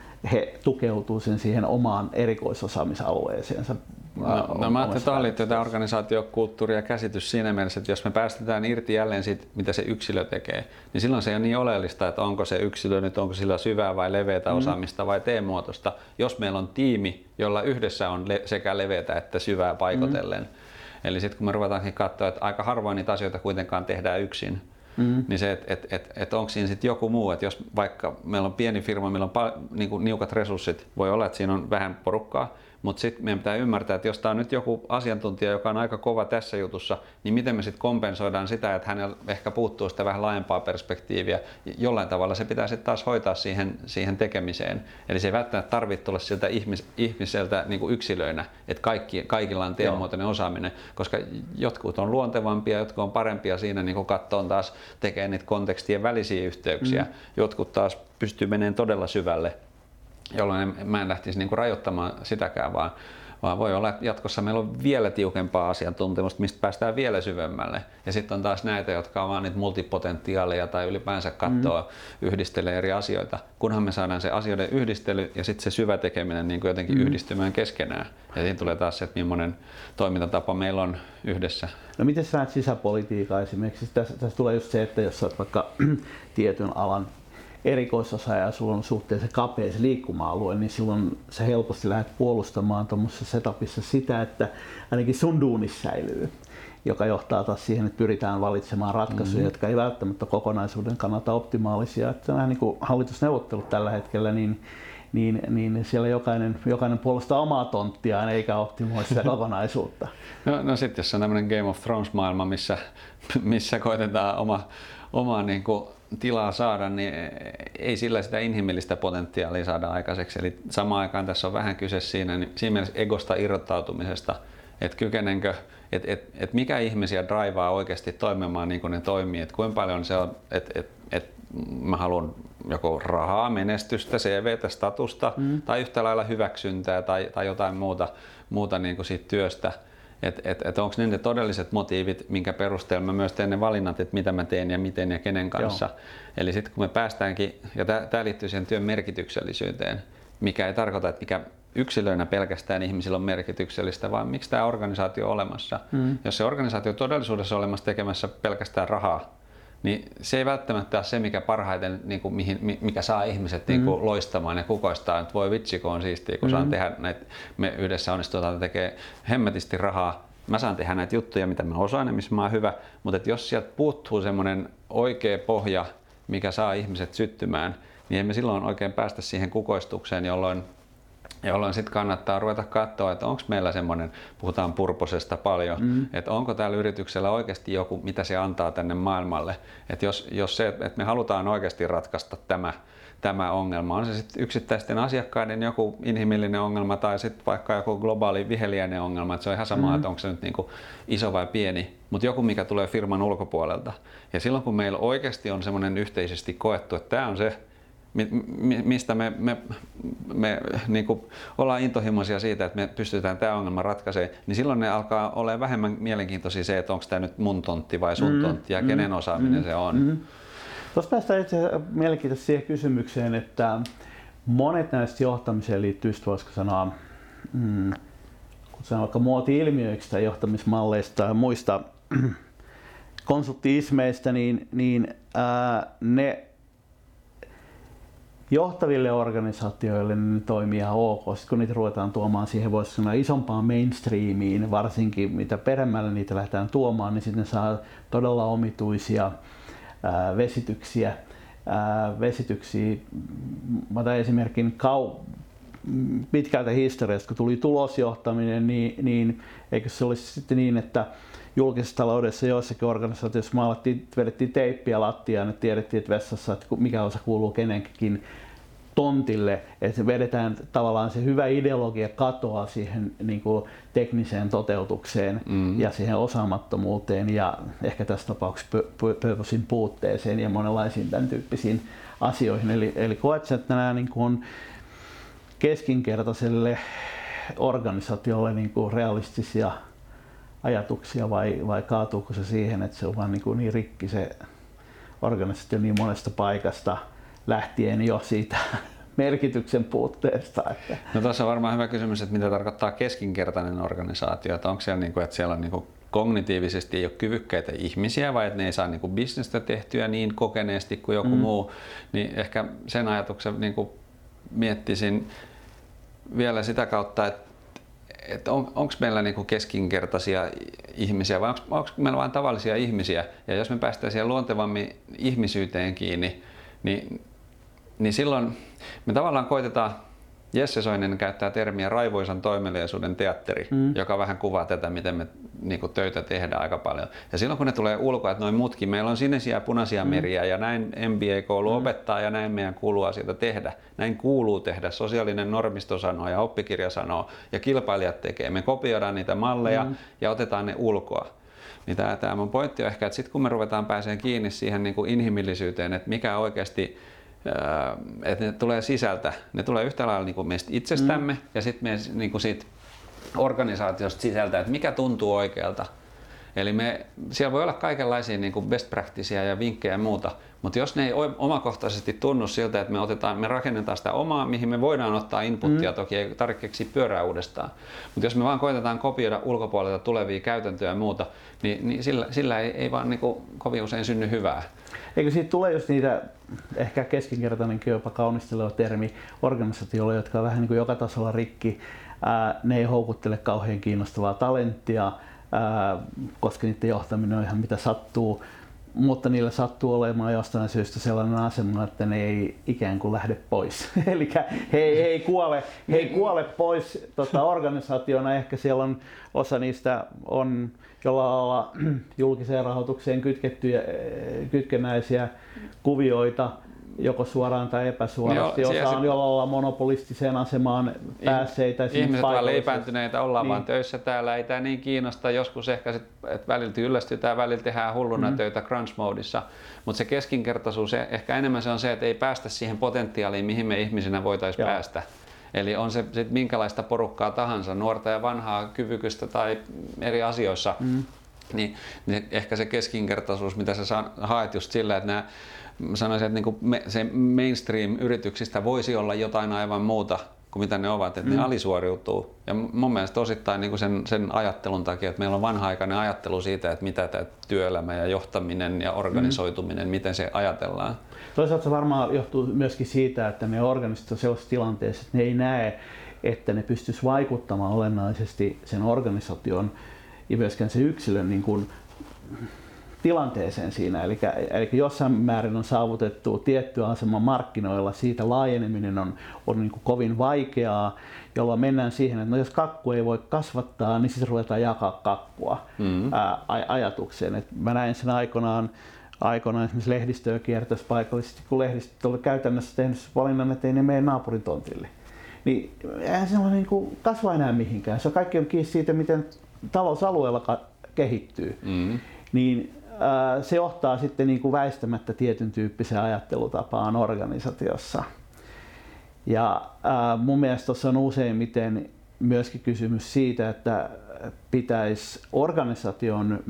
he tukeutuu sen siihen omaan erikoisosaamisalueeseensa. No, no mä ajattelin, että tähän liittyy tämä organisaatiokulttuuri ja käsitys siinä mielessä, että jos me päästetään irti jälleen siitä, mitä se yksilö tekee, niin silloin se ei ole niin oleellista, että onko se yksilö nyt, onko sillä syvää vai leveätä osaamista vai teemuotoista, jos meillä on tiimi, jolla yhdessä on le- sekä leveätä että syvää paikotellen. Mm. Eli sitten kun me ruvetaankin katsoa, että aika harvoin niitä asioita kuitenkaan tehdään yksin, Mm. niin se, että et, et, et onko siinä sitten joku muu, että jos vaikka meillä on pieni firma, meillä on pal- niinku niukat resurssit, voi olla, että siinä on vähän porukkaa, mutta sitten meidän pitää ymmärtää, että jos tämä on nyt joku asiantuntija, joka on aika kova tässä jutussa, niin miten me sitten kompensoidaan sitä, että hänellä ehkä puuttuu sitä vähän laajempaa perspektiiviä. Jollain tavalla se pitää sitten taas hoitaa siihen, siihen tekemiseen. Eli se ei välttämättä tarvitse tulla siltä ihmis, ihmiseltä niin kuin yksilöinä, että kaikki, kaikilla on teemuotoinen osaaminen, koska jotkut on luontevampia, jotkut on parempia siinä niin kuin kattoon taas tekee niitä kontekstien välisiä yhteyksiä. Mm. Jotkut taas pystyy menemään todella syvälle, jolloin mä en lähtisi niinku rajoittamaan sitäkään, vaan, vaan voi olla, että jatkossa meillä on vielä tiukempaa asiantuntemusta, mistä päästään vielä syvemmälle. Ja sitten on taas näitä, jotka on vaan niitä multipotentiaaleja tai ylipäänsä katsoa, mm. yhdistelee eri asioita, kunhan me saadaan se asioiden yhdistely ja sitten se syvä tekeminen niin kuin jotenkin mm. yhdistymään keskenään. Ja siinä tulee taas se, että millainen toimintatapa meillä on yhdessä. No miten sä näet sisäpolitiikkaa esimerkiksi? Tässä, tässä tulee just se, että jos sä oot vaikka tietyn alan erikoisosaaja ja sulla on suhteellisen kapea se liikkuma-alue, niin silloin sä helposti lähdet puolustamaan tuommoisessa setupissa sitä, että ainakin sun duunis säilyy, joka johtaa taas siihen, että pyritään valitsemaan ratkaisuja, mm-hmm. jotka ei välttämättä kokonaisuuden kannalta optimaalisia. Että nämä niin kuin hallitusneuvottelut tällä hetkellä, niin, niin, niin siellä jokainen, jokainen puolustaa omaa tonttiaan eikä optimoi sitä kokonaisuutta. No, no sitten jos on tämmöinen Game of Thrones-maailma, missä, missä koitetaan oma, omaa niin kuin tilaa saada, niin ei sillä sitä inhimillistä potentiaalia saada aikaiseksi. Eli samaan aikaan tässä on vähän kyse siinä, niin siinä mielessä egosta irrottautumisesta, että kykenenkö, että et, et mikä ihmisiä draivaa oikeasti toimimaan niin kuin ne toimii, että kuinka paljon se on, että et, et mä haluan joko rahaa, menestystä, C V:tä, statusta mm. tai yhtä lailla hyväksyntää tai, tai jotain muuta, muuta niin kuin siitä työstä. Että et, et onko ne ne todelliset motiivit, minkä perusteella mä myös teen ne valinnat, että mitä mä teen ja miten ja kenen kanssa. Joo. Eli sitten kun me päästäänkin, ja tämä liittyy siihen työn merkityksellisyyteen, mikä ei tarkoita, että mikä yksilöinä pelkästään ihmisillä on merkityksellistä, vaan miksi tämä organisaatio on olemassa. Mm. Jos se organisaatio todellisuudessa on olemassa tekemässä pelkästään rahaa, niin se ei välttämättä ole se, mikä parhaiten, niin kuin, mihin, mikä saa ihmiset mm. niin kuin, loistamaan ja kukoistamaan, että voi vitsi, kun on siistiä, kun mm. saan tehdä näitä, me yhdessä onnistutaan tekemään hemmetisti rahaa, mä saan tehdä näitä juttuja, mitä mä osaan ja missä mä oon hyvä, mutta että jos sieltä puuttuu semmoinen oikea pohja, mikä saa ihmiset syttymään, niin emme silloin oikein päästä siihen kukoistukseen, jolloin jolloin sitten kannattaa ruveta katsoa, että onko meillä semmoinen, puhutaan purposesta paljon, mm. että onko täällä yrityksellä oikeasti joku, mitä se antaa tänne maailmalle. Että jos, jos se, että me halutaan oikeasti ratkaista tämä, tämä ongelma, on se sitten yksittäisten asiakkaiden joku inhimillinen ongelma tai sitten vaikka joku globaali viheliäinen ongelma, että se on ihan sama, mm. että onko se nyt niinku iso vai pieni, mutta joku, mikä tulee firman ulkopuolelta. Ja silloin kun meillä oikeasti on semmoinen yhteisesti koettu, että tämä on se, mistä me, me, me niin kuin ollaan intohimoisia siitä, että me pystytään tämä ongelma ratkaisemaan, niin silloin ne alkaa olla vähemmän mielenkiintoisia se, että onko tämä nyt mun tontti vai sun tontti ja mm, kenen osaaminen mm, se on. Mm. Tuossa päästään itse asiassa mielenkiintoisesti siihen kysymykseen, että monet näistä johtamiseen liittyvistä, voisiko sanoa, mm, kutsutaan vaikka muoti-ilmiöiksi tai johtamismalleista ja muista konsultti-ismeistä, niin, niin ää, ne johtaville organisaatioille ne toimii ihan ok. Sitten kun niitä ruvetaan tuomaan siihen, voisi sanoa, isompaan mainstreamiin, varsinkin mitä peremmälle niitä lähdetään tuomaan, niin sitten ne saa todella omituisia ää, vesityksiä. Ää, vesityksiä. Mä otan esimerkin kau- pitkältä historiasta, kun tuli tulosjohtaminen, niin, niin eikö se olisi sitten niin, että julkisessa taloudessa joissakin organisaatioissa maalattiin, vedettiin teippiä lattiaan, että tiedettiin, että vessassa, että mikä osa kuuluu kenenkin tontille, että vedetään tavallaan se hyvä ideologia katoaa siihen niin kuin tekniseen toteutukseen mm. ja siihen osaamattomuuteen ja ehkä tässä tapauksessa purposin puutteeseen ja monenlaisiin tämän tyyppisiin asioihin. Eli, eli koet, että nämä niin kuin keskinkertaiselle organisaatiolle niin kuin realistisia ajatuksia vai, vai kaatuuko se siihen, että se on vaan niin, kuin niin rikki se organisaatio niin monesta paikasta lähtien jo siitä merkityksen puutteesta. Että. No tuossa on varmaan hyvä kysymys, että mitä tarkoittaa keskinkertainen organisaatio, että onko siellä, niin kuin, että siellä on niin kuin kognitiivisesti ei ole kyvykkäitä ihmisiä vai että ne ei saa niin kuin bisnestä tehtyä niin kokeneesti kuin joku mm. muu, niin ehkä sen ajatuksen niin kuin miettisin vielä sitä kautta, että että on, onko meillä niinku keskinkertaisia ihmisiä vai onko meillä vain tavallisia ihmisiä, ja jos me päästään siihen luontevammin ihmisyyteen kiinni, niin, niin silloin me tavallaan koitetaan, Jesse Soinen käyttää termiä raivoisan toimeliaisuuden teatteri, mm. joka vähän kuvaa tätä, miten me niinku töitä tehdään aika paljon. Ja silloin kun ne tulee ulkoa, että noin muutkin, meillä on sinisiä ja punaisia mm. meriä ja näin M B A-koulu mm. opettaa ja näin meidän kuuluu asioita tehdä. Näin kuuluu tehdä, sosiaalinen normisto sanoo ja oppikirja sanoo ja kilpailijat tekee. Me kopioidaan niitä malleja mm. ja otetaan ne ulkoa. Niin tämä, tämä mun pointti on ehkä, että sitten kun me ruvetaan pääsemään kiinni siihen niin kuin inhimillisyyteen, että mikä oikeasti että ne tulee sisältä, ne tulee yhtä lailla niin kuin meistä itsestämme mm. ja sitten me niin kuin siitä organisaatiosta sisältä, että mikä tuntuu oikealta. Eli me, siellä voi olla kaikenlaisia niin kuin best practiceja ja vinkkejä ja muuta, mutta jos ne ei omakohtaisesti tunnu siltä, että me, otetaan, me rakennetaan sitä omaa, mihin me voidaan ottaa inputtia, mm. toki ei tarvitse keksiä pyörää uudestaan, mutta jos me vaan koitetaan kopioida ulkopuolelta tulevia käytäntöjä ja muuta, niin, niin sillä, sillä ei, ei vaan niin kuin kovin usein synny hyvää. Eikö siitä tule just niitä, ehkä keskinkertainenkin jopa kaunisteleva termi, organisaatioille, jotka on vähän niin kuin joka tasolla rikki, ää, ne ei houkuttele kauhean kiinnostavaa talenttia, ää, koska niiden johtaminen on ihan mitä sattuu, mutta niillä sattuu olemaan jostain syystä sellainen asema, että ne ei ikään kuin lähde pois. Eli he, he, ei kuole, he ei kuole pois tota, organisaationa, ehkä siellä on osa niistä on jollain lailla julkiseen rahoitukseen kytkettyjä, kytkennäisiä kuvioita, joko suoraan tai epäsuorasti. Joo, osa on jollain lailla monopolistiseen asemaan päässeitä. Ihmiset vaan leipääntyneitä, ollaan niin. vaan töissä täällä, ei tämä niin kiinnosta. Joskus ehkä sit, että välillä yllästytään, välillä tehdään hulluna mm. töitä crunch-moodissa. Mutta se keskinkertaisuus, ehkä enemmän se on se, että ei päästä siihen potentiaaliin, mihin me ihmisinä voitaisiin päästä. Eli on se sit minkälaista porukkaa tahansa, nuorta ja vanhaa, kyvykystä tai eri asioissa, mm. niin, niin ehkä se keskinkertaisuus, mitä sä haet just sillä, että nämä, sanoisin, että niinku me, se mainstream-yrityksistä voisi olla jotain aivan muuta kuin mitä ne ovat, että mm. ne alisuoriutuu. Ja mun mielestä osittain niin kuin sen, sen ajattelun takia, että meillä on vanha-aikainen ajattelu siitä, että mitä tämä työelämä ja johtaminen ja organisoituminen, mm. miten se ajatellaan. Toisaalta se varmaan johtuu myöskin siitä, että ne organisaatiot on sellaisessa tilanteessa, että ne ei näe, että ne pystyisi vaikuttamaan olennaisesti sen organisaation ja myöskään sen yksilön niin kuin tilanteeseen siinä. Eli, eli jossain määrin on saavutettu tietty asema markkinoilla, siitä laajeneminen on, on niin kuin kovin vaikeaa, jolloin mennään siihen, että no jos kakku ei voi kasvattaa, niin sitten ruvetaan jakaa kakkua mm-hmm. ää, ajatukseen. Et mä näin sen aikoinaan, aikoinaan esimerkiksi lehdistöä kiertäisi paikallisesti, kun lehdistö oli käytännössä tehnyt valinnan, että ei ne mene naapurin tontille. Niin eihän se ole niin kuin kasva enää mihinkään. Se kaikki on kiinni siitä, miten talousalueella kehittyy. Mm-hmm. Niin ää, se johtaa sitten niin kuin väistämättä tietyn tyyppiseen ajattelutapaan organisaatiossa. Ja ää, mun mielestä tuossa on useimmiten myöskin kysymys siitä, että pitäisi organisaation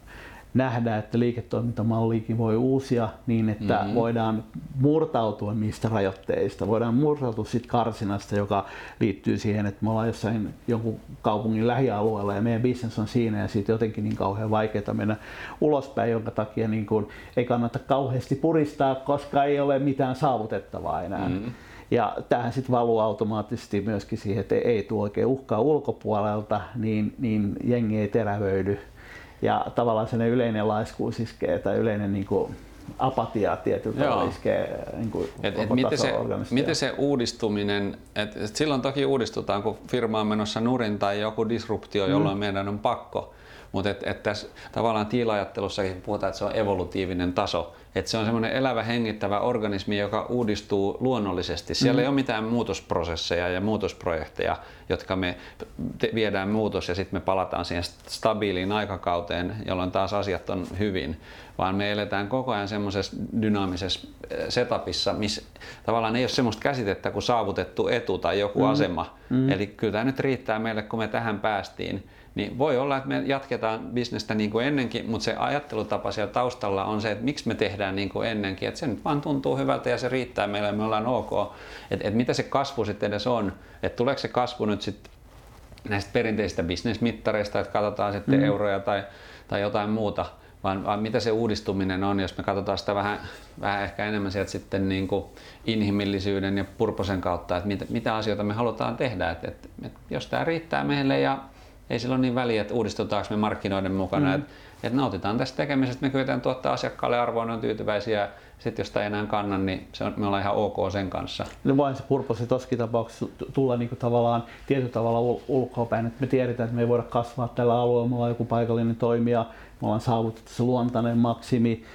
nähdä, että liiketoimintamalliikin voi uusia niin, että mm-hmm. voidaan murtautua niistä rajoitteista, voidaan murtautua siitä karsinasta, joka liittyy siihen, että me ollaan jossain jonkun kaupungin lähialueella ja meidän business on siinä ja siitä jotenkin niin kauhean vaikeaa mennä ulospäin, jonka takia niin kuin ei kannata kauheasti puristaa, koska ei ole mitään saavutettavaa enää. Mm-hmm. Ja tähän sitten valuu automaattisesti myöskin siihen, että ei tule oikein uhkaa ulkopuolelta, niin, niin jengi ei terävöidy. Ja tavallaan sellainen yleinen laiskuus iskee tai yleinen niin kuin apatia tietyllä tavalla iskee niin kuin et, et miten, se, miten se uudistuminen, et, et silloin toki uudistutaan, kun firma on menossa nurin tai joku disruptio, jolloin mm. meidän on pakko. Mutta et, et tässä tavallaan tiila-ajattelussakin puhutaan, että se on evolutiivinen taso. Että se on semmoinen elävä, hengittävä organismi, joka uudistuu luonnollisesti. Siellä mm. ei ole mitään muutosprosesseja ja muutosprojekteja, jotka me te- viedään muutos ja sitten me palataan siihen stabiiliin aikakauteen, jolloin taas asiat on hyvin. Vaan me eletään koko ajan semmoisessa dynaamisessa setupissa, missä tavallaan ei ole semmoista käsitettä kuin saavutettu etu tai joku mm. asema. Mm. Eli kyllä tämä nyt riittää meille, kun me tähän päästiin. Niin voi olla, että me jatketaan bisnestä niin kuin ennenkin, mutta se ajattelutapa siellä taustalla on se, että miksi me tehdään niin kuin ennenkin. Että se nyt vaan tuntuu hyvältä ja se riittää meille ja me ollaan ok. Että et mitä se kasvu sitten edes on. Että tuleeko se kasvu nyt sitten näistä perinteisistä bisnesmittareista, että katsotaan sitten mm. euroja tai, tai jotain muuta. Vaan, vaan mitä se uudistuminen on, jos me katsotaan sitä vähän, vähän ehkä enemmän sieltä sitten niin kuin inhimillisyyden ja purposen kautta, että mitä, mitä asioita me halutaan tehdä. Että, että, että jos tämä riittää meille ja ei sillä ole niin väliä, että uudistutaanko me markkinoiden mukana, mm. että, että nautitaan tästä tekemisestä, me kyetään tuottaa asiakkaalle arvoa, ne on tyytyväisiä, sitten jos tämä ei enää kanna, niin se on, me ollaan ihan ok sen kanssa. No vain se purpose tossakin tapauksessa tulla niin kuin tavallaan tietyllä tavalla ul- ulkoapäin, että me tiedetään, että me ei voida kasvaa tällä alueella, me ollaan joku paikallinen toimija, me ollaan saavutettu se luontainen maksimi,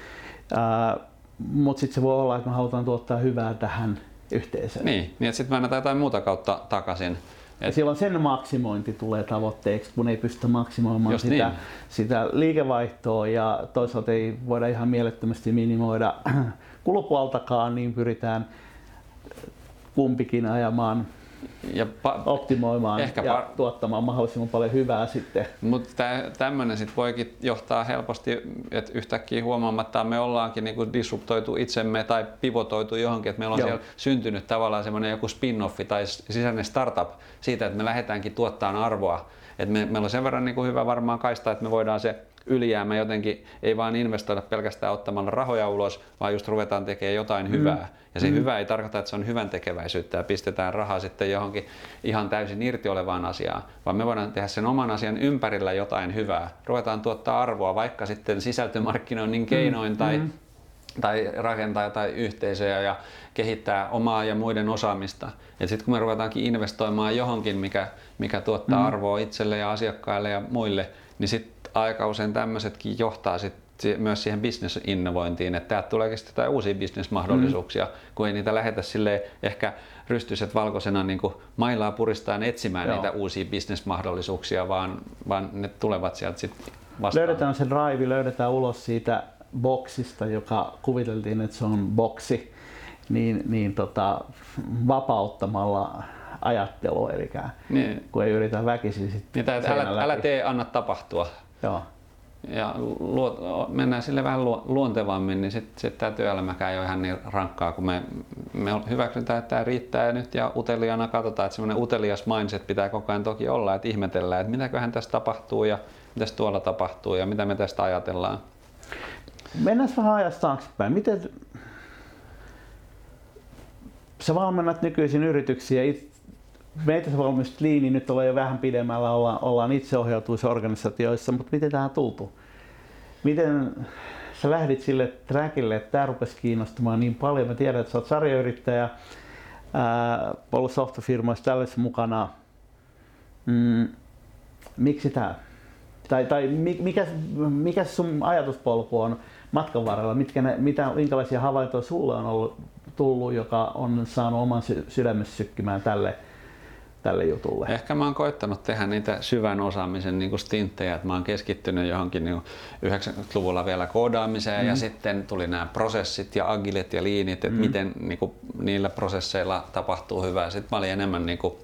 mutta sitten se voi olla, että me halutaan tuottaa hyvää tähän yhteisöön. Niin, niin että sitten me annetaan jotain muuta kautta takaisin. Ja silloin sen maksimointi tulee tavoitteeksi, kun ei pystytä maksimoimaan sitä, niin. sitä liikevaihtoa ja toisaalta ei voida ihan mielettömästi minimoida kulupuoltakaan, niin pyritään kumpikin ajamaan ja pa- optimoimaan ehkä ja par- tuottamaan mahdollisimman paljon hyvää sitten. Mutta tämmöinen sitten voikin johtaa helposti, että yhtäkkiä huomaamatta me ollaankin niinku disruptoitu itsemme tai pivotoitu johonkin, että meillä on Joo. siellä syntynyt tavallaan semmoinen joku spin-offi tai sisäinen startup siitä, että me lähdetäänkin tuottamaan arvoa. Et me, meillä on sen verran niinku hyvä varmaan kaistaa, että me voidaan se ylijäämä jotenkin ei vaan investoida pelkästään ottamalla rahoja ulos, vaan just ruvetaan tekemään jotain mm. hyvää. Ja se mm. hyvä ei tarkoita, että se on hyvän tekeväisyyttä ja pistetään rahaa sitten johonkin ihan täysin irti olevaan asiaan, vaan me voidaan tehdä sen oman asian ympärillä jotain hyvää. Ruvetaan tuottaa arvoa vaikka sitten sisältömarkkinoinnin keinoin mm. tai, mm. tai rakentaa jotain yhteisöjä ja kehittää omaa ja muiden osaamista. Ja sitten kun me ruvetaankin investoimaan johonkin, mikä, mikä tuottaa mm. arvoa itselle ja asiakkaille ja muille, niin sitten aika usein tämmöisetkin johtaa sit myös siihen business-innovointiin, että täältä tuleekin sitten jotain uusia business-mahdollisuuksia, mm. kun ei niitä lähetä silleen ehkä rystyset valkoisena niin kuin mailaa puristaan etsimään Joo. niitä uusia business-mahdollisuuksia, vaan, vaan ne tulevat sieltä sitten vastaan. Löydetään se drive, löydetään ulos siitä boksista, joka kuviteltiin, että se on boksi, niin, niin tota, vapauttamalla ajattelua, eli niin. kun ei yritä väkisin sitten niin, älä, älä tee, anna tapahtua. Joo. Ja luo, mennään sille vähän luontevammin, niin sitten sit tämä työelämäkään ei ole ihan niin rankkaa, kun me, me hyväksytään, että tämä riittää nyt ja uteliaana katsotaan, että semmoinen utelias mindset pitää koko ajan toki olla, että ihmetellään, että mitäköhän tässä tapahtuu ja mitäs tuolla tapahtuu ja mitä me tästä ajatellaan. Mennään vähän ajasta taaksepäin. Miten sä valmennat nykyisin yrityksiä? Meitä se valmistus liini nyt ollaan jo vähän pidemmällä, ollaan, ollaan itseohjautuissa organisaatioissa, mutta miten tähän tultu? miten sä lähdit sille trackille, että tää rupesi kiinnostamaan niin paljon? Mä tiedän, että sä oot sarjayrittäjä, ää, ollut softafirmoissa tällaisessa mukana. Mm, miksi tää? Tai, tai mikä, mikä sun ajatuspolku on matkan varrella? Mitkä ne, mitä, minkälaisia havaintoja sulle on ollut, tullut, joka on saanut oman sy- sydämessä sykkimään tälle, tälle jutulle? Ehkä mä oon koittanut tehdä niitä syvän osaamisen niin kuin stinttejä, että mä oon keskittynyt johonkin niin yhdeksänkymmentäluvulla vielä koodaamiseen mm. ja sitten tuli nämä prosessit ja agilet ja liinit, että mm. miten niin kuin, niillä prosesseilla tapahtuu hyvää. Sitten mä olin enemmän niin kuin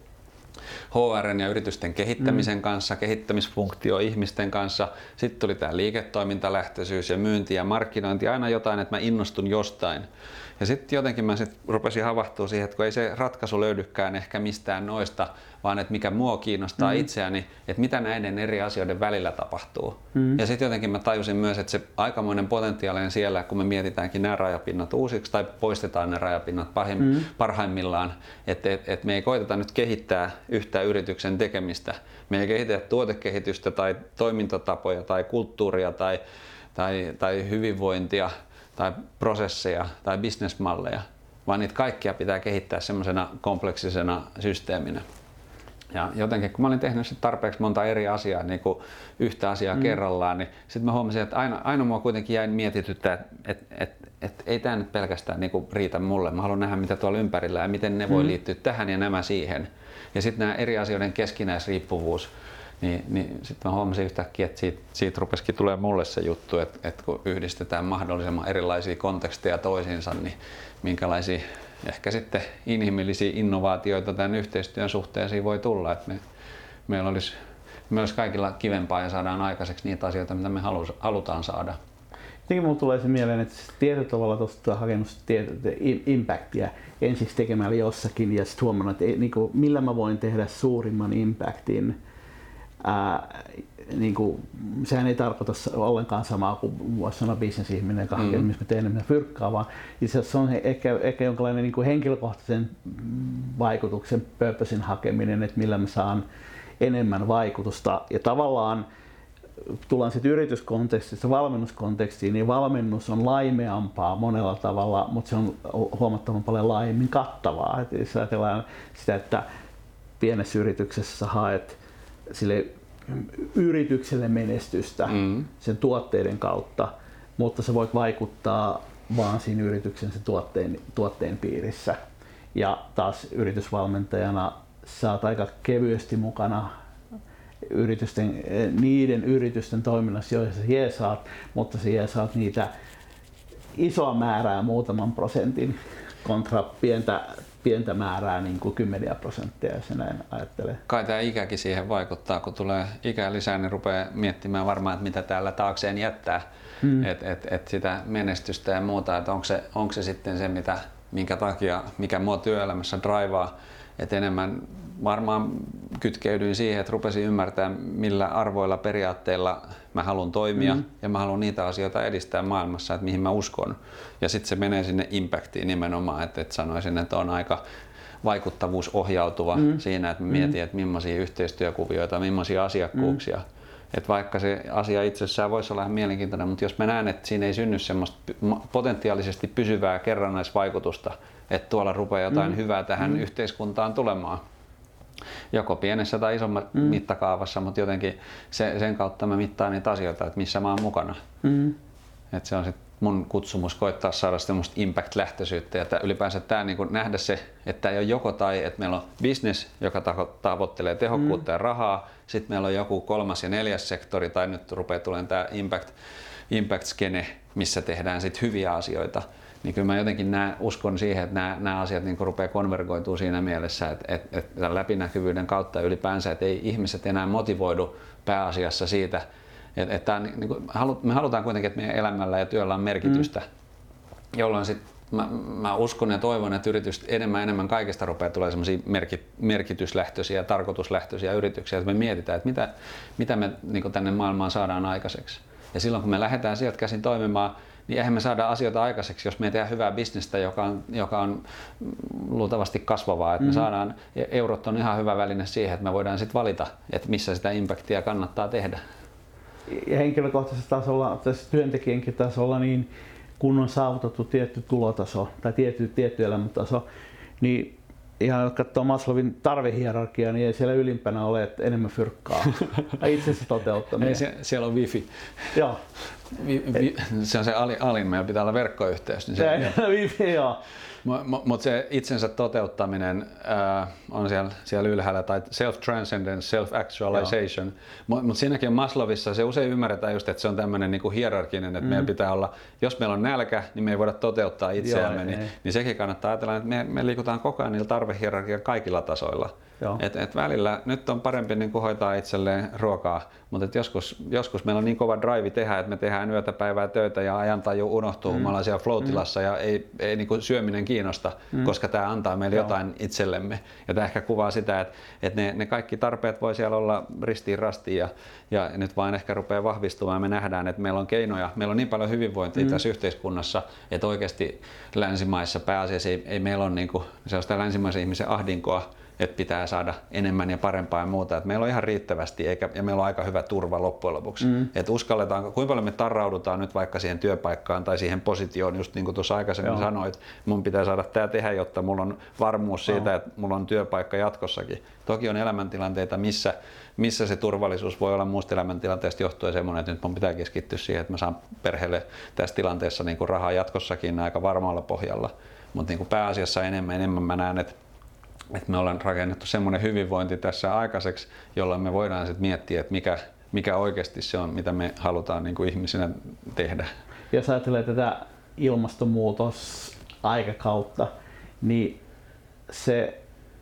H R:n ja yritysten kehittämisen mm. kanssa, kehittämisfunktio ihmisten kanssa. Sitten tuli tämä liiketoimintalähtöisyys ja myynti ja markkinointi, aina jotain, että mä innostun jostain. Ja sitten jotenkin mä sit rupesin havahtua siihen, että kun ei se ratkaisu löydykään ehkä mistään noista, vaan että mikä mua kiinnostaa mm. itseäni, että mitä näiden eri asioiden välillä tapahtuu. Mm. Ja sitten jotenkin mä tajusin myös, että se aikamoinen potentiaali on siellä, kun me mietitäänkin nämä rajapinnat uusiksi tai poistetaan ne rajapinnat pahim, mm. parhaimmillaan, että et, et me ei koiteta nyt kehittää yhtä yrityksen tekemistä. Me ei kehitetä tuotekehitystä tai toimintatapoja tai kulttuuria tai, tai, tai hyvinvointia tai prosesseja tai bisnesmalleja, vaan niitä kaikkia pitää kehittää semmoisena kompleksisena systeeminä. Ja jotenkin kun mä olin tehnyt sit tarpeeksi monta eri asiaa, niin kuin yhtä asiaa mm. kerrallaan, niin sitten mä huomasin, että aina, aina mua kuitenkin jäi mietityttää, että et, et, et ei tämä nyt pelkästään niin kuin riitä mulle. Mä haluan nähdä, mitä tuolla ympärillä ja miten ne mm. voi liittyä tähän ja nämä siihen. Ja sitten nämä eri asioiden keskinäisriippuvuus. Niin, niin sitten mä huomasin yhtäkkiä, että siitä, siitä rupesikin tulee mulle se juttu, että, että kun yhdistetään mahdollisimman erilaisia konteksteja toisiinsa, niin minkälaisia ehkä sitten inhimillisiä innovaatioita tämän yhteistyön suhteisiin voi tulla. Että me, meillä olisi myös kaikilla kivempaa ja saadaan aikaiseksi niitä asioita, mitä me halus, halutaan saada. Jotenkin mulle tulee se mieleen, että tietyllä tavalla tuosta hakenut impactia ensiksi tekemällä jossakin ja sitten huomannut, että niin kuin, millä mä voin tehdä suurimman impactin. Ää, niin kuin, sehän ei tarkoita ollenkaan samaa kuin voisi sanoa bisnesihminen, joka hakee, mm. missä mä teen fyrkkaa, vaan itse asiassa se on ehkä, ehkä jonkinlainen niin kuin henkilökohtaisen vaikutuksen purposen hakeminen, että millä mä saan enemmän vaikutusta. Ja tavallaan tullaan sitten yrityskontekstista valmennuskontekstiin, niin valmennus on laimeampaa monella tavalla, mutta se on huomattavan paljon laajemmin kattavaa. Et jos ajatellaan sitä, että pienessä yrityksessä haet sille yritykselle menestystä mm. sen tuotteiden kautta, mutta sä voit vaikuttaa vaan siinä yrityksen sen tuotteen, tuotteen piirissä. Ja taas yritysvalmentajana sä oot aika kevyesti mukana yritysten, niiden yritysten toiminnassa, joissa sä jeesaat, mutta sä jeesaat niitä isoa määrää muutaman prosentin kontra pientä pientä määrää niin kuin kymmeniä prosenttia, jos näin ajattelee. Kai tämä ikäkin siihen vaikuttaa, kun tulee ikää lisää, niin rupeaa miettimään varmaan, että mitä täällä taakseen jättää, mm. että et, et sitä menestystä ja muuta, että onko se, onko se sitten se, mitä, minkä takia, mikä mua työelämässä draivaa, että enemmän varmaan kytkeydyin siihen, että rupesin ymmärtää, millä arvoilla, periaatteilla mä haluan toimia mm. ja mä haluan niitä asioita edistää maailmassa, että mihin mä uskon. Ja sitten se menee sinne impactiin nimenomaan, että, että sanoisin, että on aika vaikuttavuusohjautuva mm. siinä, että mä mietin, että millaisia yhteistyökuvioita, millaisia asiakkuuksia. Mm. Että vaikka se asia itsessään voisi olla ihan mielenkiintoinen, mutta jos mä näen, että siinä ei synny semmoista potentiaalisesti pysyvää kerrannaisvaikutusta, että tuolla rupeaa jotain mm. hyvää tähän mm. yhteiskuntaan tulemaan, joko pienessä tai isommassa mm. mittakaavassa, mutta jotenkin se, sen kautta mä mittaan niitä asioita, että missä mä oon mukana. Mm. Et se on sit mun kutsumus koittaa saada semmoista impact-lähtöisyyttä ja ylipäänsä tää, niin kun nähdä se, että ei ole joko tai, että meillä on business, joka tavoittelee tehokkuutta mm. ja rahaa, sitten meillä on joku kolmas ja neljäs sektori tai nyt rupeaa tulemaan tää impact, impact-skene, missä tehdään sit hyviä asioita. Niin kyllä mä jotenkin nää, uskon siihen, että nämä, nämä asiat niin rupeaa konvergoitua siinä mielessä, että, että, että läpinäkyvyyden kautta ylipäänsä, että ei ihmiset enää motivoidu pääasiassa siitä, että, että niin kuin, me halutaan kuitenkin, että meidän elämällä ja työllä on merkitystä, mm. jolloin sit mä, mä uskon ja toivon, että yritys enemmän enemmän kaikesta rupeaa tulemaan semmoisia merkityslähtöisiä ja tarkoituslähtöisiä yrityksiä, että me mietitään, että mitä, mitä me niin tänne maailmaan saadaan aikaiseksi. Ja silloin kun me lähdetään sieltä käsin toimimaan, niin eihän me saada asioita aikaiseksi, jos me tehdään hyvää bisnestä, joka on, joka on luultavasti kasvavaa. Että me saadaan, eurot on ihan hyvä väline siihen, että me voidaan sitten valita, että missä sitä impactia kannattaa tehdä. ja henkilökohtaisella tasolla, tässä työntekijänkin tasolla, niin kun on saavutettu tietty tulotaso tai tietty, tietty elämäntaso, niin ihan jos katsoo Maslowin tarvehierarkiaa, niin ei siellä ylimpänä ole että enemmän fyrkkaa. Itsensä toteuttaminen. Ei, se, siellä on wifi. Joo. Vi, vi, se on se alin, alin, meillä pitää olla verkkoyhteys. Niin se, se, wifi, joo. Mutta se itsensä toteuttaminen äh, on siellä, siellä ylhäällä, tai self-transcendence, self-actualization. Mutta mut siinäkin Maslowissa se usein ymmärretään just, että se on tämmöinen niinku hierarkinen, että mm. meillä pitää olla, jos meillä on nälkä, niin me ei voida toteuttaa itseämme, Joo, niin, niin sekin kannattaa ajatella, että me, me liikutaan koko ajan niillä tarvehierarkian kaikilla tasoilla. Et, et välillä nyt on parempi niin kuin hoitaa itselleen ruokaa, mutta et joskus, joskus meillä on niin kova drive tehdä, että me tehdään yötä päivää töitä ja ajantaju unohtuu, mm. me ollaan siellä flow-tilassa mm. ja ei, ei niin kuin syöminen kiinnosta, mm. koska tämä antaa meille Joo. jotain itsellemme. Ja tämä ehkä kuvaa sitä, että, että ne, ne kaikki tarpeet voi siellä olla ristiin rastiin ja, ja nyt vaan ehkä rupeaa vahvistumaan ja me nähdään, että meillä on keinoja, meillä on niin paljon hyvinvointia mm. tässä yhteiskunnassa, että oikeasti länsimaissa pääasiassa ei, ei meillä ole niin kuin sellaista länsimaisen ihmisen ahdinkoa, että pitää saada enemmän ja parempaa ja muuta. Et meillä on ihan riittävästi eikä, ja meillä on aika hyvä turva loppujen lopuksi. Mm. Et uskalletaanko, kuinka paljon me tarraudutaan nyt vaikka siihen työpaikkaan tai siihen positioon, just niin kuin tuossa aikaisemmin Joo. sanoit, mun pitää saada tämä tehdä, jotta mulla on varmuus siitä, Joo. että mulla on työpaikka jatkossakin. Toki on elämäntilanteita, missä, missä se turvallisuus voi olla muusta elämäntilanteesta johtuen semmoinen, että nyt mun pitää keskittyä siihen, että mä saan perheelle tässä tilanteessa niin kuin rahaa jatkossakin aika varmalla pohjalla. Mutta niin kuin pääasiassa enemmän enemmän mä näen, että että me ollaan rakennettu semmoinen hyvinvointi tässä aikaiseksi, jolloin me voidaan sitten miettiä, että mikä, mikä oikeasti se on, mitä me halutaan niin kuin ihmisinä tehdä. Jos ajattelee tätä ilmastonmuutosaikakautta, niin se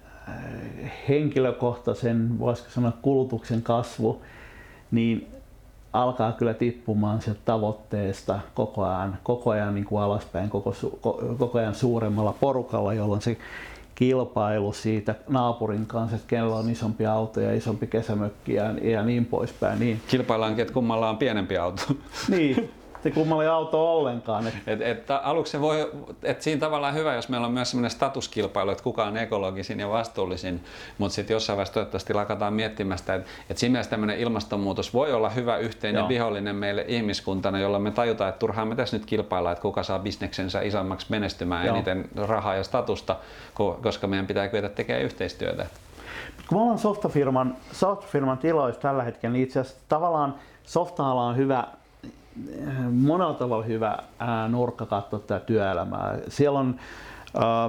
henkilökohtaisen, voisiko sanoa kulutuksen kasvu, niin alkaa kyllä tippumaan sieltä tavoitteesta koko ajan, koko ajan niin kuin alaspäin, koko, koko ajan suuremmalla porukalla, jolloin se kilpailu siitä naapurin kanssa, että kenellä on isompi auto ja isompi kesämökki ja, ja niin poispäin. Niin. Kilpaillaankin, että kummalla on pienempi auto. Niin, se kummalla ei auto ollenkaan. Et, et, et, aluksi se voi, et siinä tavallaan hyvä, jos meillä on myös sellainen statuskilpailu, että kuka on ekologisin ja vastuullisin, mutta sitten jossain vaiheessa toivottavasti lakataan miettimästä, että et siinä mielessä tämmöinen ilmastonmuutos voi olla hyvä yhteinen Joo. vihollinen meille ihmiskuntana, jolla me tajutaan, että turhaan me tässä nyt kilpaillaan, että kuka saa bisneksensä isommaksi menestymään Joo. eniten rahaa ja statusta, koska meidän pitää kyetä tekemään yhteistyötä. Kun me ollaan softafirman, softafirman tiloissa tällä hetkellä, niin itse asiassa tavallaan softa-ala on hyvä, monella tavalla hyvä ää, nurkka katsoa tätä työelämää. Siellä on, ää,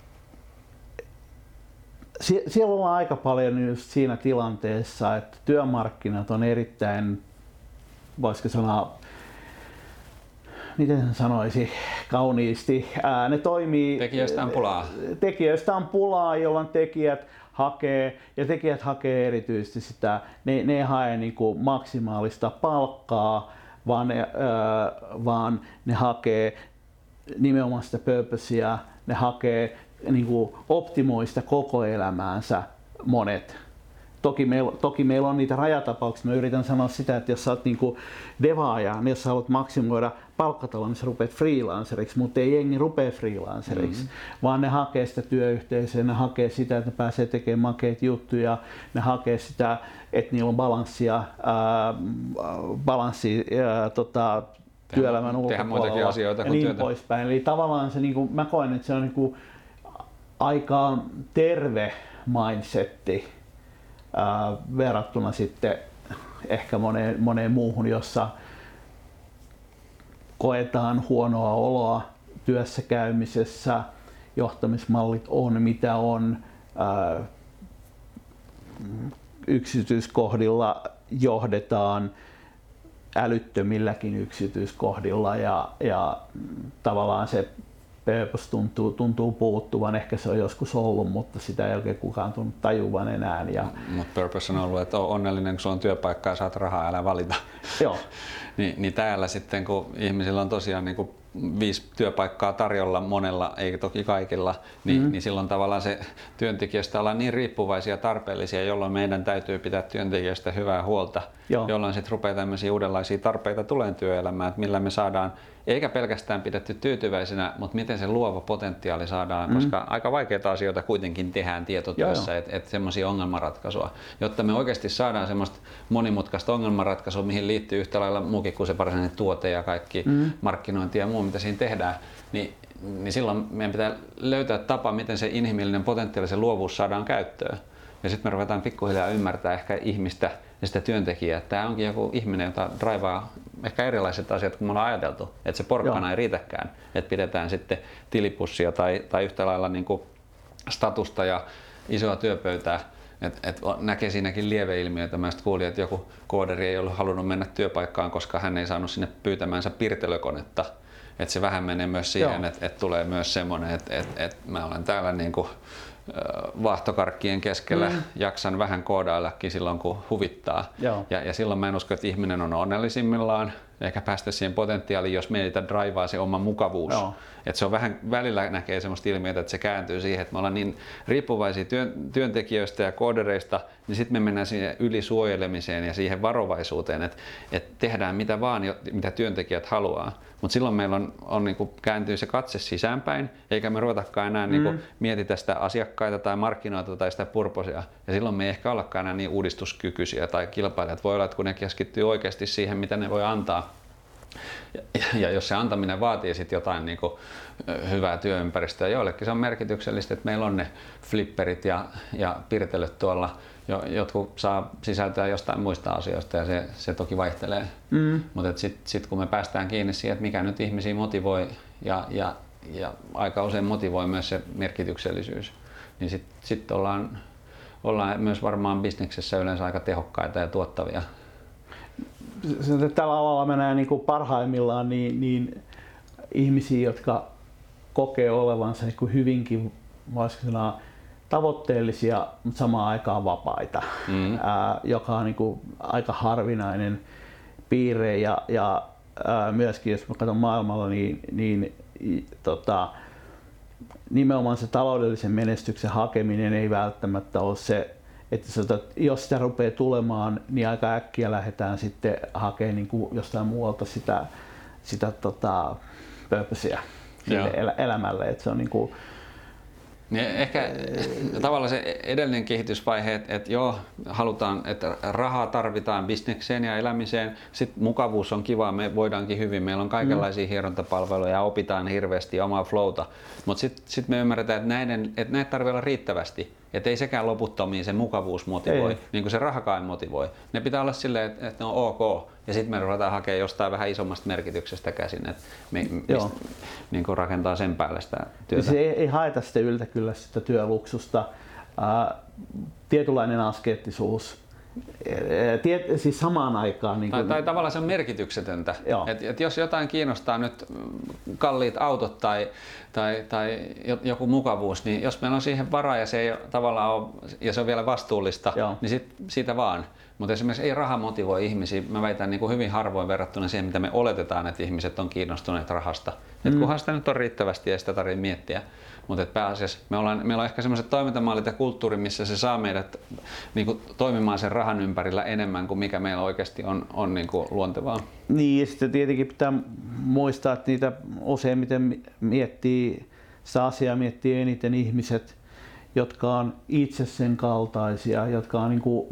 sie, siellä ollaan aika paljon just siinä tilanteessa, että työmarkkinat on erittäin, voisiko sanoa, miten sen sanoisi kauniisti, ää, ne toimii... Tekijöistä on pulaa. Tekijöistä on pulaa, jolloin tekijät hakee, ja tekijät hakee erityisesti sitä, ne, ne ei hae niin kuin maksimaalista palkkaa, vaan ne, äh, vaan ne hakee nimenomaan sitä purposea, ne hakee niin kuin optimoista koko elämäänsä monet. Toki meillä, toki meillä on niitä rajatapauksia. Mä yritän sanoa sitä, että jos sä oot niinku devaaja, niin jos sä haluat maksimoida palkkatasolla, niin sä rupeat freelanceriksi, mutta ei jengi rupea freelanceriksi, mm-hmm. vaan ne hakee sitä työyhteisöä, ne hakee sitä, että ne pääsee tekemään makeita juttuja, ne hakee sitä, että niillä on balanssia, ää, balanssia ää, tota, työelämän ulkopuolella asioita ja niin työtä. poispäin. Eli tavallaan se, niinku, mä koen, että se on niinku aika terve mindsetti ää, verrattuna sitten ehkä moneen, moneen muuhun, jossa koetaan huonoa oloa työssä käymisessä, johtamismallit on mitä on, ää, yksityiskohdilla johdetaan älyttömilläkin yksityiskohdilla ja, ja tavallaan se purpose tuntuu, tuntuu puuttuvan, ehkä se on joskus ollut, mutta sitä ei oikein kukaan tunnu tajuvan enää. Ja... Mutta purpose on ollut, että on onnellinen, kun sulla on työpaikka ja saat rahaa, älä valita. Joo. Ni, niin täällä sitten, kun ihmisillä on tosiaan niin kuin viisi työpaikkaa tarjolla monella, ei toki kaikilla, niin, mm-hmm. niin silloin tavallaan se työntekijästä ollaan niin riippuvaisia ja tarpeellisia, jolloin meidän täytyy pitää työntekijästä hyvää huolta, Joo. jolloin sitten rupeaa tämmöisiä uudenlaisia tarpeita tulee työelämään, että millä me saadaan eikä pelkästään pidetty tyytyväisenä, mutta miten se luova potentiaali saadaan, mm. koska aika vaikeita asioita kuitenkin tehdään tietotyössä, että et semmoisia ongelmanratkaisua, jotta me oikeasti saadaan semmoista monimutkaista ongelmanratkaisua, mihin liittyy yhtä lailla muukin kuin se varsinainen tuote ja kaikki mm. markkinointi ja muu, mitä siinä tehdään, niin, niin silloin meidän pitää löytää tapa, miten se inhimillinen potentiaali, se luovuus saadaan käyttöön. Ja sitten me ruvetaan pikkuhiljaa ymmärtää ehkä ihmistä ja sitä työntekijää. Tämä onkin joku ihminen, jota draivaa ehkä erilaiset asiat kuin me ollaan ajateltu. Että se porkkana Joo. ei riitäkään. Että pidetään sitten tilipussia tai, tai yhtä lailla niin kuin statusta ja isoa työpöytää. Et, et näkee siinäkin lieveilmiöitä. Mä kuulin, että joku kooderi ei ollut halunnut mennä työpaikkaan, koska hän ei saanut sinne pyytämäänsä pirtelökonetta. Että se vähän menee myös siihen, että et tulee myös semmoinen, että et, et mä olen täällä niinku vaahtokarkkien keskellä, mm. jaksan vähän koodaillakin silloin kun huvittaa. Ja, ja silloin mä en usko, että ihminen on onnellisimmillaan, eikä päästä siihen potentiaaliin, jos meitä draivaa se oma mukavuus. Että se on vähän, välillä näkee semmoista ilmiötä, että se kääntyy siihen, että me ollaan niin riippuvaisia työn, työntekijöistä ja koodereista, niin sitten me mennään siihen ylisuojelemiseen ja siihen varovaisuuteen, että, että tehdään mitä vaan, mitä työntekijät haluaa. Mutta silloin meillä on, on niinku kääntyy se katse sisäänpäin, eikä me ruvetakaan enää mm. niinku mietitä sitä asiakkaita tai markkinoita tai sitä purposia. Ja silloin me ei ehkä ollakaan enää niin uudistuskykyisiä tai kilpailijat. Voi olla, että kun ne keskittyy oikeasti siihen, mitä ne voi antaa. Ja, ja jos se antaminen vaatii sit jotain niinku hyvää työympäristöä, joillekin se on merkityksellistä, että meillä on ne flipperit ja, ja pirtelöt tuolla. Jotkut saa sisältöä jostain muista asioista ja se, se toki vaihtelee. Mm. Mutta sitten sit kun me päästään kiinni siihen, että mikä nyt ihmisiä motivoi ja, ja, ja aika usein motivoi myös se merkityksellisyys, niin sitten sit ollaan, ollaan myös varmaan bisneksessä yleensä aika tehokkaita ja tuottavia. Tällä alalla menee niin kuin parhaimmillaan niin, niin ihmisiä, jotka kokee olevansa niin kuin hyvinkin, voisiko sanoa, tavoitteellisia, mutta samaan aikaan vapaita, mm. ää, joka on niin kuin aika harvinainen piirre ja, ja ää, myöskin jos mä katson maailmalla, niin, niin tota, nimenomaan se taloudellisen menestyksen hakeminen ei välttämättä ole se, että jos sitä rupeaa tulemaan, niin aika äkkiä lähdetään sitten hakemaan niin kuin jostain muualta sitä, sitä tota, purposea sille el- elämälle. Että se on niin kuin, niin ehkä tavallaan se edellinen kehitysvaihe, että, että joo, halutaan, että rahaa tarvitaan bisnekseen ja elämiseen, sitten mukavuus on kiva, me voidaankin hyvin, meillä on kaikenlaisia mm. hierontapalveluja ja opitaan hirveästi omaa flowta, mutta sitten sit me ymmärretään, että, näiden, että näitä tarvitsee olla riittävästi, että ei sekään loputtomiin se mukavuus motivoi, ei. Niin kuin se rahakaan motivoi. Ne pitää olla silleen, että, että ne on ok, ja sitten me ruvetaan hakemaan jostain vähän isommasta merkityksestä käsin, että me mistä, niin kuin rakentaa sen päälle sitä työtä. Se ei, ei haeta sitä yltä kyllä sitä työluksusta. Ää, tietynlainen askeettisuus. Tiet, siis samaan aikaan. Niin tai, tai tavallaan se on merkityksetöntä. Et, et jos jotain kiinnostaa nyt kalliit autot tai, tai, tai joku mukavuus, niin jos meillä on siihen varaa ja se ei tavallaan ole, ja se on vielä vastuullista, Joo. niin sit, siitä vaan. Mutta esimerkiksi ei raha motivoi ihmisiä, mä väitän niin kuin hyvin harvoin verrattuna siihen, mitä me oletetaan, että ihmiset on kiinnostuneet rahasta. Mm. Et kunhan sitä nyt on riittävästi ja sitä tarvitsee miettiä. Mutta pääasiassa me ollaan, meillä on ehkä sellaiset toimintamallit ja kulttuuri, missä se saa meidät niin kuin, toimimaan sen rahan ympärillä enemmän kuin mikä meillä oikeasti on, on niin kuin, luontevaa. Niin, ja sitten tietenkin pitää muistaa, että niitä useimmiten miettii, sitä asiaa miettii eniten ihmiset, jotka on itse sen kaltaisia, jotka on niin kuin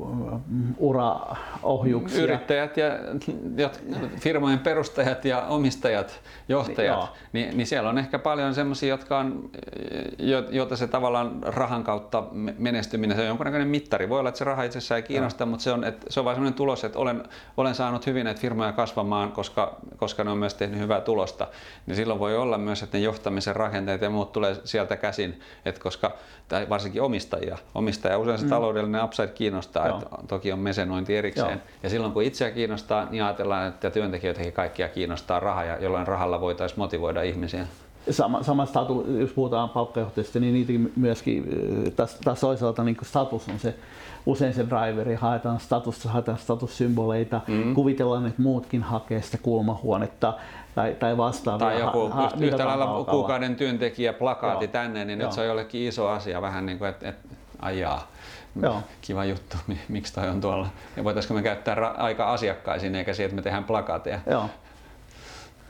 uraohjuksia. Yrittäjät ja firmojen perustajat ja omistajat, johtajat, Joo. niin, niin siellä on ehkä paljon sellaisia, jotka on, joita se tavallaan rahan kautta menestyminen, se on jonkunnäköinen mittari. Voi olla, että se raha itsessään ei kiinnosta, Joo. mutta se on, että se on vain sellainen tulos, että olen, olen saanut hyvin näitä firmoja kasvamaan, koska, koska ne on myös tehnyt hyvää tulosta. Niin silloin voi olla myös, että ne johtamisen rakenteet ja muut tulee sieltä käsin, että koska tai varsinkin omistajia. Omistaja usein se mm. taloudellinen upside kiinnostaa, että toki on mesenointi erikseen. Joo. Ja silloin kun itseä kiinnostaa, niin ajatellaan, että työntekijöitäkin kaikkia kiinnostaa raha ja jollain rahalla voitaisiin motivoida ihmisiä. Sama, sama status, jos puhutaan palkkajohtajista, niin niitäkin myöskin taas toisaalta niin status on se usein se driveri, haetaan statusta, haetaan statussymboleita, mm. kuvitellaan, että muutkin hakee sitä kulmahuonetta tai, tai vastaavia. Tai joku ha, ha, yhtä lailla kuukauden työntekijä plakaati Joo. tänne, niin Joo. nyt se on jollekin iso asia, vähän niin kuin, että et, ajaa. Joo. Kiva juttu, miksi toi on tuolla. Ja voitaisiko me käyttää ra- aika asiakkaisiin eikä siihen, että me tehdään plakaateja. Joo.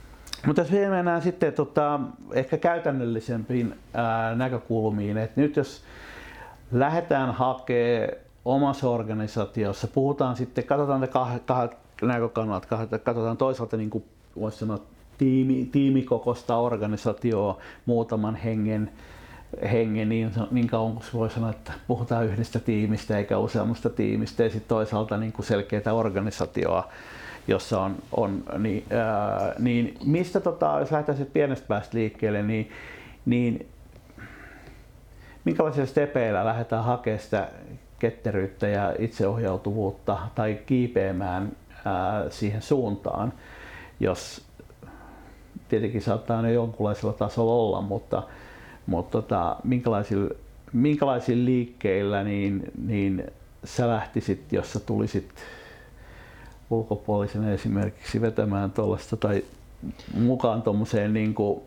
Mutta jos vielä mennään sitten tota, ehkä käytännöllisempiin ää, näkökulmiin, että nyt jos lähdetään hakemaan omassa organisaatiossa, puhutaan sitten, katsotaan ne kahdet, kahdet näkökannat, katsotaan toisaalta niin kuin voisi sanoa tiimi, tiimikokoista organisaatioa, muutaman hengen, hengen niin, niin kauan kuin voi sanoa, että puhutaan yhdestä tiimistä eikä useammasta tiimistä, ja sitten toisaalta niin kuin selkeää organisaatioa, jossa on, on niin, ää, niin mistä tota, jos lähdetään sitten pienestä päästä liikkeelle, niin, niin minkälaisilla stepeillä lähdetään hakemaan sitä ketteryyttä ja itseohjautuvuutta tai kiipeämään ää, siihen suuntaan, jos tietenkin saattaa ne jonkunlaisella tasolla olla, mutta, mutta tota, minkälaisilla, minkälaisilla liikkeillä niin, niin sä lähtisit, jos sä tulisit ulkopuolisena esimerkiksi vetämään tuollaista tai mukaan tuommoiseen niin kuin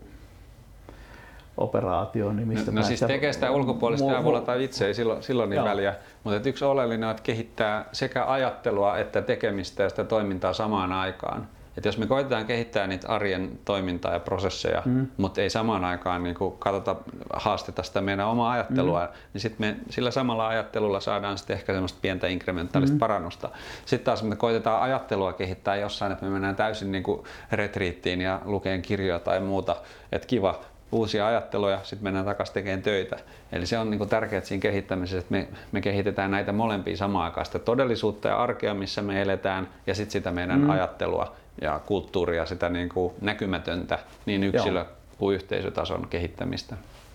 operaatioon. Niin mistä no, no siis tekee sitä ulkopuolista avulla tai itse, ei silloin, silloin niin väliä. Mutta yksi oleellinen on, että kehittää sekä ajattelua että tekemistä ja sitä toimintaa samaan aikaan. Et jos me koitetaan kehittää niitä arjen toimintaa ja prosesseja, mm. mutta ei samaan aikaan niin kun katsota, haasteta sitä meidän omaa ajattelua, mm. niin sit me sillä samalla ajattelulla saadaan sitten ehkä semmoista pientä inkrementaalista mm. parannusta. Sitten taas me koitetaan ajattelua kehittää jossain, että me mennään täysin niin kuin retriittiin ja lukeen kirjoja tai muuta, että kiva, uusia ajatteluja, sitten mennään takaisin tekemään töitä. Eli se on niin kuin tärkeää siinä kehittämisessä, että me, me kehitetään näitä molempia samaan aikaan, sitä todellisuutta ja arkea, missä me eletään, ja sitten sitä meidän mm. ajattelua ja kulttuuria, sitä niin kuin näkymätöntä, niin yksilö- kuin yhteisötason kehittämistä.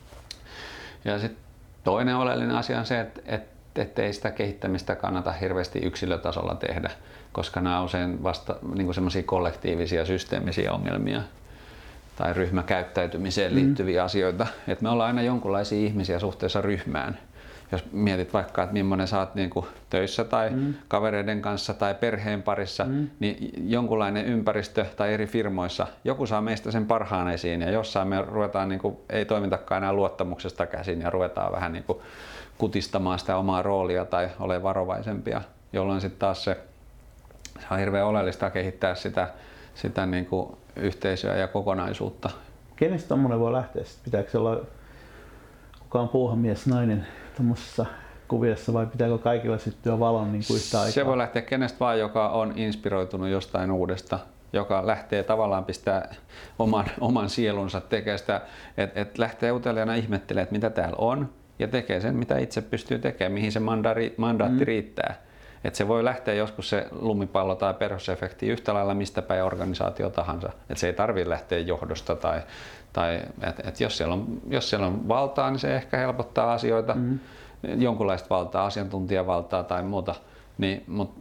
Ja sitten toinen oleellinen asia on se, että, että, että ei sitä kehittämistä kannata hirveästi yksilötasolla tehdä, koska nämä on usein vasta niin kuin semmoisia kollektiivisia systeemisiä ongelmia tai ryhmäkäyttäytymiseen liittyviä mm. asioita. Et me ollaan aina jonkunlaisia ihmisiä suhteessa ryhmään. Jos mietit vaikka, että millainen sä oot niinku töissä tai mm. kavereiden kanssa tai perheen parissa, mm. niin jonkunlainen ympäristö tai eri firmoissa, joku saa meistä sen parhaan esiin ja jossain me ruvetaan, niinku, ei toimitakaan enää luottamuksesta käsin ja ruvetaan vähän niinku kutistamaan sitä omaa roolia tai olemaan varovaisempia, jolloin sitten taas se, se on hirveän oleellista kehittää sitä, sitä niinku yhteisöä ja kokonaisuutta. Kenestä tommonen voi lähteä? Pitääkö se olla kukaan puuhamies, nainen tuommoisessa kuviossa vai pitääkö kaikilla syttyä valon niin kuin yhtä aikaa? Se voi lähteä kenestä vaan, joka on inspiroitunut jostain uudesta, joka lähtee tavallaan pistää oman, oman sielunsa tekemään sitä, että et lähtee uteliaana ihmettelemään, että mitä täällä on ja tekee sen, mitä itse pystyy tekemään, mihin se mandaari, mandaatti mm. riittää. Et se voi lähteä joskus se lumipallo tai perusefekti yhtä lailla mistä päin organisaatio tahansa. Et se ei tarvitse lähteä johdosta tai, tai et, et jos, siellä on, jos siellä on valtaa, niin se ehkä helpottaa asioita, mm. jonkunlaista valtaa, asiantuntijavaltaa tai muuta. Niin, mutta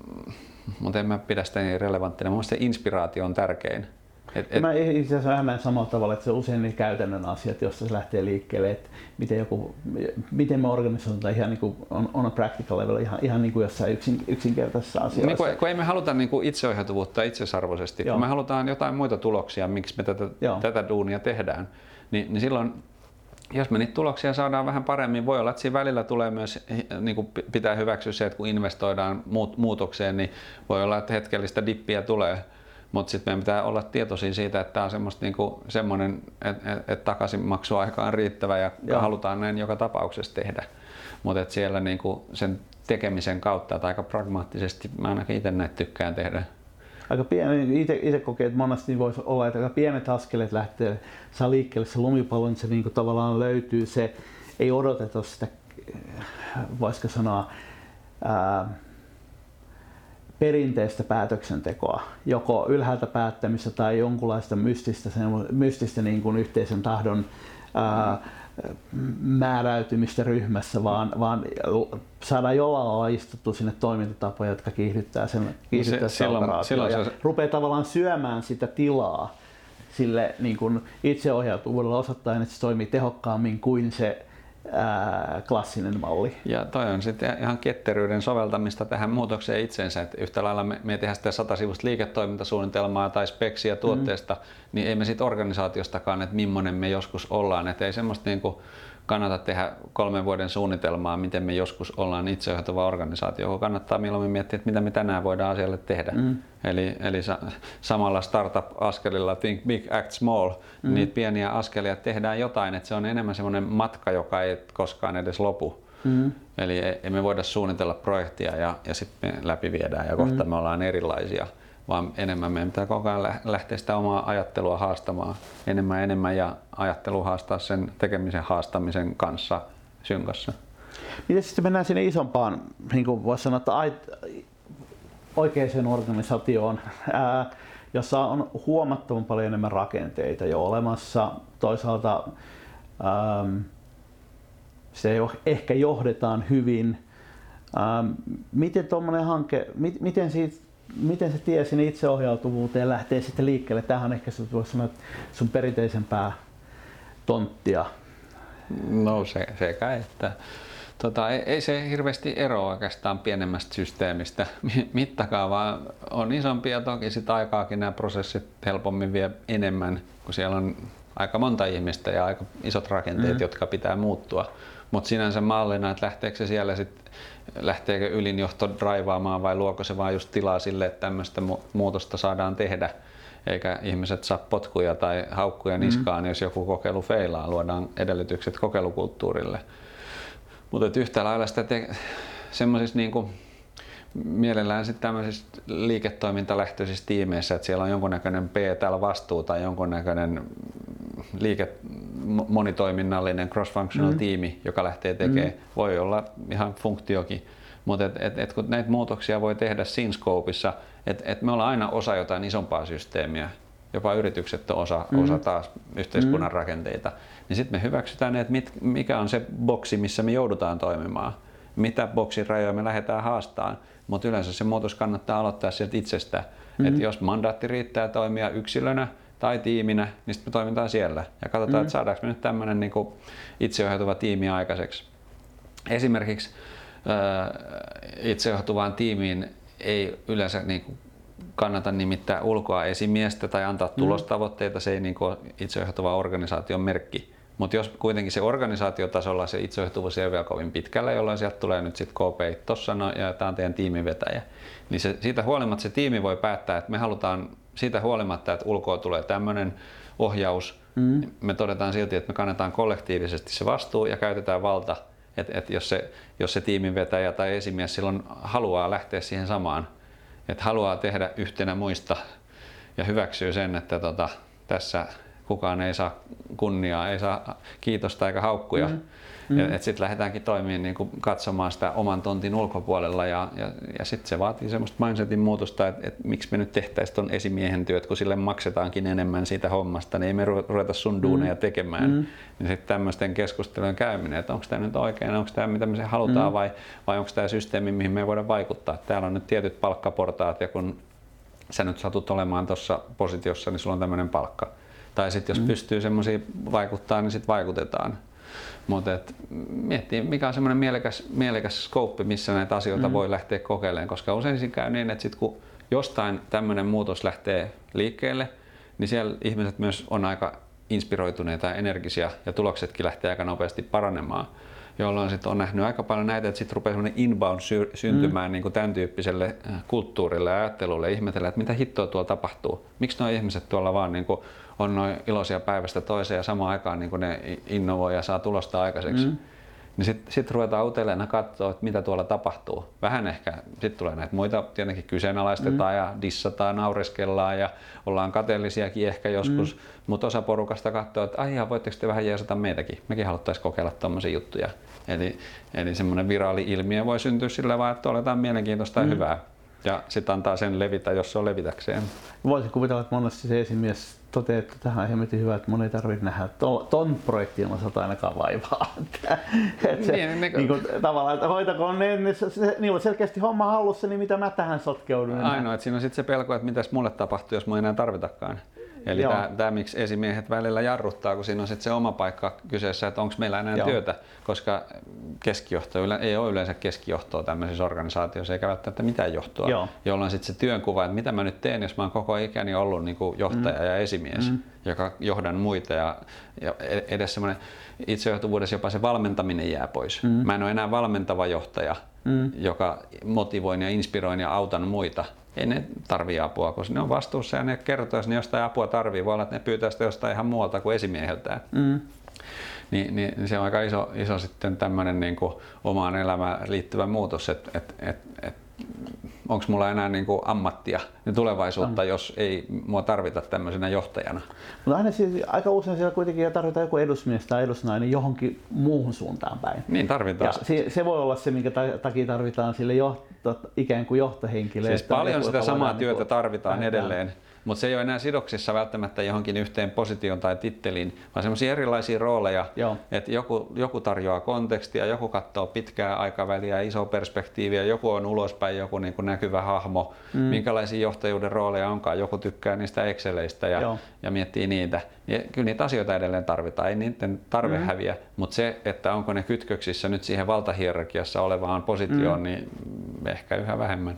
mut en mä pidä sitä niin relevanttina. Mun mielestä se inspiraatio on tärkein. Et, et... Mä itse asiassa vähän samalla tavalla, että se on usein ne käytännön asiat, joista se lähtee liikkeelle, että miten, joku, miten me organisoidaan ihan niin kuin on, on a practical level, ihan, ihan niin kuin jossain yksin, yksinkertaisissa asioissa. Niin kun, kun ei me haluta niin kuin itseohjautuvuutta itsesarvoisesti, kun me halutaan jotain muita tuloksia, miksi me tätä, tätä duunia tehdään, niin, niin silloin jos me niitä tuloksia saadaan vähän paremmin, voi olla, että siinä välillä tulee myös, niin kuin pitää hyväksyä se, että kun investoidaan muutokseen, niin voi olla, että hetkellistä dippiä tulee. Mutta sitten meidän pitää olla tietoisia siitä, että tämä on semmoista niinku, semmoinen, että et, et takaisinmaksuaika on riittävä ja Joo. halutaan näin joka tapauksessa tehdä. Mutta siellä niinku sen tekemisen kautta, että aika pragmaattisesti mä ainakin itse näitä tykkään tehdä. Aika pieni, itse kokee, että monesti voisi olla, että aika pienet askeleet lähtee, saa liikkeelle se lumipallo, niin se niinku tavallaan löytyy, se ei odoteta sitä, voisiko sanoa, ää, perinteistä päätöksentekoa, joko ylhäältä päättämistä tai jonkunlaista mystistä, mystistä niin kuin yhteisen tahdon ää, määräytymistä ryhmässä, vaan, vaan saadaan jollain lailla istuttua sinne toimintatapoja, jotka kiihdyttää sen, kiihdyttää se, sen operaatioon ja se... rupeaa tavallaan syömään sitä tilaa sille niin kuin itseohjautuvuudella osoittaen, että se toimii tehokkaammin kuin se Ää, klassinen malli. Ja toi on sitten ihan ketteryyden soveltamista tähän muutokseen itsensä, että yhtä lailla me, me tehdään sitä satasivuista liiketoimintasuunnitelmaa tai speksiä tuotteesta, mm. niin ei me siitä organisaatiostakaan, että millainen me joskus ollaan, että ei semmoista niinku kannata tehdä kolmen vuoden suunnitelmaa, miten me joskus ollaan itsejohtava organisaatio, kun kannattaa mieluummin miettiä, että mitä me tänään voidaan asialle tehdä. Mm. Eli, eli sa- samalla startup-askelilla Think Big, Act Small, mm. niitä pieniä askelia tehdään jotain, että se on enemmän semmoinen matka, joka ei koskaan edes lopu. Mm. Eli ei me voida suunnitella projektia ja, ja sitten me läpiviedään ja kohta mm. me ollaan erilaisia, vaan enemmän meidän pitää koko ajan lähteä sitä omaa ajattelua haastamaan enemmän ja enemmän ja ajattelu haastaa sen tekemisen haastamisen kanssa synkassa. Miten sitten mennään sinne isompaan, niin kuin voisi sanoa, että oikeaan organisaatioon, ää, jossa on huomattavan paljon enemmän rakenteita jo olemassa. Toisaalta ähm, se ehkä johdetaan hyvin. Ähm, miten tuommoinen hanke, mit, miten, siitä, miten se tie sinne itseohjautuvuuteen lähtee sitten liikkeelle? Tämähän on ehkä voisi sanoa, sun perinteisempää tonttia. No se, sekä että. Tota, ei, ei se hirveästi eroa oikeastaan pienemmästä systeemistä. Mittakaava on isompi ja toki sit aikaakin nämä prosessit helpommin vie enemmän, kun siellä on aika monta ihmistä ja aika isot rakenteet, mm. jotka pitää muuttua. Mutta sinänsä mallina, että lähteekö se siellä sit, lähteekö ylinjohto draivaamaan vai luoko se vaan just tilaa sille, että tämmöistä muutosta saadaan tehdä. Eikä ihmiset saa potkuja tai haukkuja niskaan, mm. jos joku kokeilu feilaa, luodaan edellytykset kokeilukulttuurille. Mutta yhtä lailla sitä te- semmoisissa niinku, mielellään sitten tämmöisissä liiketoimintalähtöisissä tiimeissä, että siellä on jonkunnäköinen P T L-vastuu tai jonkunnäköinen liike, monitoiminnallinen cross-functional mm. tiimi, joka lähtee tekemään, mm. voi olla ihan funktiokin. Mutta et, et, et, kun näitä muutoksia voi tehdä siinä scopeissa, että et me ollaan aina osa jotain isompaa systeemiä, jopa yritykset on osa, mm. osa taas yhteiskunnan mm. rakenteita, niin sitten me hyväksytään, että mit, mikä on se boksi, missä me joudutaan toimimaan, mitä boksin rajoja me lähdetään haastamaan, mutta yleensä se muutos kannattaa aloittaa sieltä itsestä, mm. että jos mandaatti riittää toimia yksilönä tai tiiminä, niin sitten me toimitaan siellä ja katsotaan, mm. että saadaanko me nyt tämmöinen niin kuin itseohjautuva tiimi aikaiseksi. Esimerkiksi itseohjautuvaan tiimiin ei yleensä niin kuin kannata nimittää ulkoa esimiestä tai antaa tulostavoitteita, se ei niin kuin itseohjautuva organisaation merkki. Mutta jos kuitenkin se organisaatiotasolla se itseohjautuvuus ei ole vielä kovin pitkällä, jolloin sieltä tulee nyt sitten K P I tossa no, ja tämä on teidän tiimivetäjä, niin se, siitä huolimatta se tiimi voi päättää, että me halutaan siitä huolimatta, että ulkoa tulee tämmöinen ohjaus, mm. me todetaan silti, että me kannetaan kollektiivisesti se vastuu ja käytetään valta. Et, et jos, se, jos se tiiminvetäjä tai esimies silloin haluaa lähteä siihen samaan, että haluaa tehdä yhtenä muista ja hyväksyy sen, että tota, tässä kukaan ei saa kunniaa, ei saa kiitosta eikä haukkuja. Mm. Mm. Että sitten lähdetäänkin toimimaan niin kuin katsomaan sitä oman tontin ulkopuolella ja, ja, ja sitten se vaatii semmoista mindsetin muutosta, että, että miksi me nyt tehtäisiin ton esimiehen työt, kun sille maksetaankin enemmän siitä hommasta, niin ei me ruveta sun duuneja mm. tekemään. Mm. Niin sitten tämmöisten keskustelujen käyminen, että onko tämä nyt oikein, onko tämä mitä me halutaan mm. vai, vai onko tämä systeemi, mihin me ei voida vaikuttaa. Täällä on nyt tietyt palkkaportaat ja kun sä nyt satut olemaan tuossa positiossa, niin sulla on tämmöinen palkka. Tai sitten jos mm. pystyy semmoisia vaikuttaa, niin sitten vaikutetaan. Mutta miettii, mikä on semmoinen mielekäs, mielekäs scope, missä näitä asioita mm. voi lähteä kokeilemaan, koska usein siinä käy niin, että sit kun jostain tämmöinen muutos lähtee liikkeelle, niin siellä ihmiset myös on aika inspiroituneita ja energisiä ja tuloksetkin lähtee aika nopeasti paranemaan, jolloin sit on nähnyt aika paljon näitä, että sitten rupeaa semmoinen inbound sy- syntymään mm. niin kuin tämän tyyppiselle kulttuurille ja ajattelulle ja ihmetellä, että mitä hittoa tuolla tapahtuu. Miksi nuo ihmiset tuolla vaan niin kuin on noin iloisia päivästä toiseen ja samaan aikaan niin kuin ne innovoi ja saa tulosta aikaiseksi. Mm. Niin sitten sit ruvetaan uteleena katsoa, että mitä tuolla tapahtuu. Vähän ehkä sitten tulee näitä muita, tietenkin kyseenalaistetaan mm. ja dissataan, naureskellaan ja ollaan kateellisiakin ehkä joskus, mm. mutta osa porukasta katsoo, että aijaa, voitteko te vähän jeesata meitäkin? Mekin haluttaisiin kokeilla tommosia juttuja. Eli, eli semmoinen viraali-ilmiö voi syntyä sillä vaan, että oletaan mielenkiintoista mm. ja hyvää. Ja sitten antaa sen levitä, jos se on levitäkseen. Voisin kuvitella, että monesti se esimies toteaa, että tähän on hemmetin hyvä, että mun ei tarvitse nähdä ton projektin osalta ainakaan vaivaa. että se, niin, niin, niin kuin, tavallaan, että hoitako ne, ne, se, niillä on selkeästi homma hallussa, niin mitä mä tähän sotkeudun. Ainoa, että siinä on sitten se pelko, että mitäs mulle tapahtuu, jos mua ei enää tarvitakaan. Eli tämä, tämä, miksi esimiehet välillä jarruttaa, kun siinä on sitten se oma paikka kyseessä, että onko meillä enää Joo. työtä, koska keskijohto ei ole yleensä keskijohtoa tämmöisissä organisaatioissa, eikä välttämättä mitään johtoa, Joo. jolloin sitten se työnkuva, että mitä mä nyt teen, jos mä oon koko ikäni ollut niin kuin johtaja mm. ja esimies, mm. joka johdan muita ja, ja edes semmoinen itsejohtuvuudessa jopa se valmentaminen jää pois. Mm. Mä en ole enää valmentava johtaja, mm. joka motivoin ja inspiroin ja autan muita. Ei ne tarvii apua, koska ne on vastuussa ja ne kertoo, jos ne jostain apua tarvii. Voi olla, että ne pyytää sitä jostain ihan muualta kuin esimieheltään. Mm. Ni, niin se on aika iso, iso sitten tämmöinen niin kuin omaan elämään liittyvä muutos, että et, et, et, onko mulla enää niin kuin ammattia ja tulevaisuutta, on. Jos ei mua tarvita tämmöisenä johtajana. Mutta aina siis, aika usein siellä kuitenkin tarvitaan joku edusmies tai edusnainen johonkin muuhun suuntaan päin. Niin tarvitaan. Ja se, se voi olla se, minkä takia tarvitaan sille johto, ikään kuin johtohenkilöä. Siis paljon sitä samaa työtä tarvitaan edelleen. Mutta se ei ole enää sidoksissa välttämättä johonkin yhteen positioon tai titteliin, vaan semmoisia erilaisia rooleja, Joo. että joku, joku tarjoaa kontekstia, joku katsoo pitkää aikaväliä ja isoa perspektiiviä, joku on ulospäin joku niin kuin näkyvä hahmo, mm. minkälaisia johtajuuden rooleja onkaan, joku tykkää niistä Exceleistä ja, ja miettii niitä. Ja kyllä niitä asioita edelleen tarvitaan, ei niiden tarve mm. häviä, mutta se, että onko ne kytköksissä nyt siihen valtahierarkiassa olevaan positioon, mm. niin ehkä yhä vähemmän.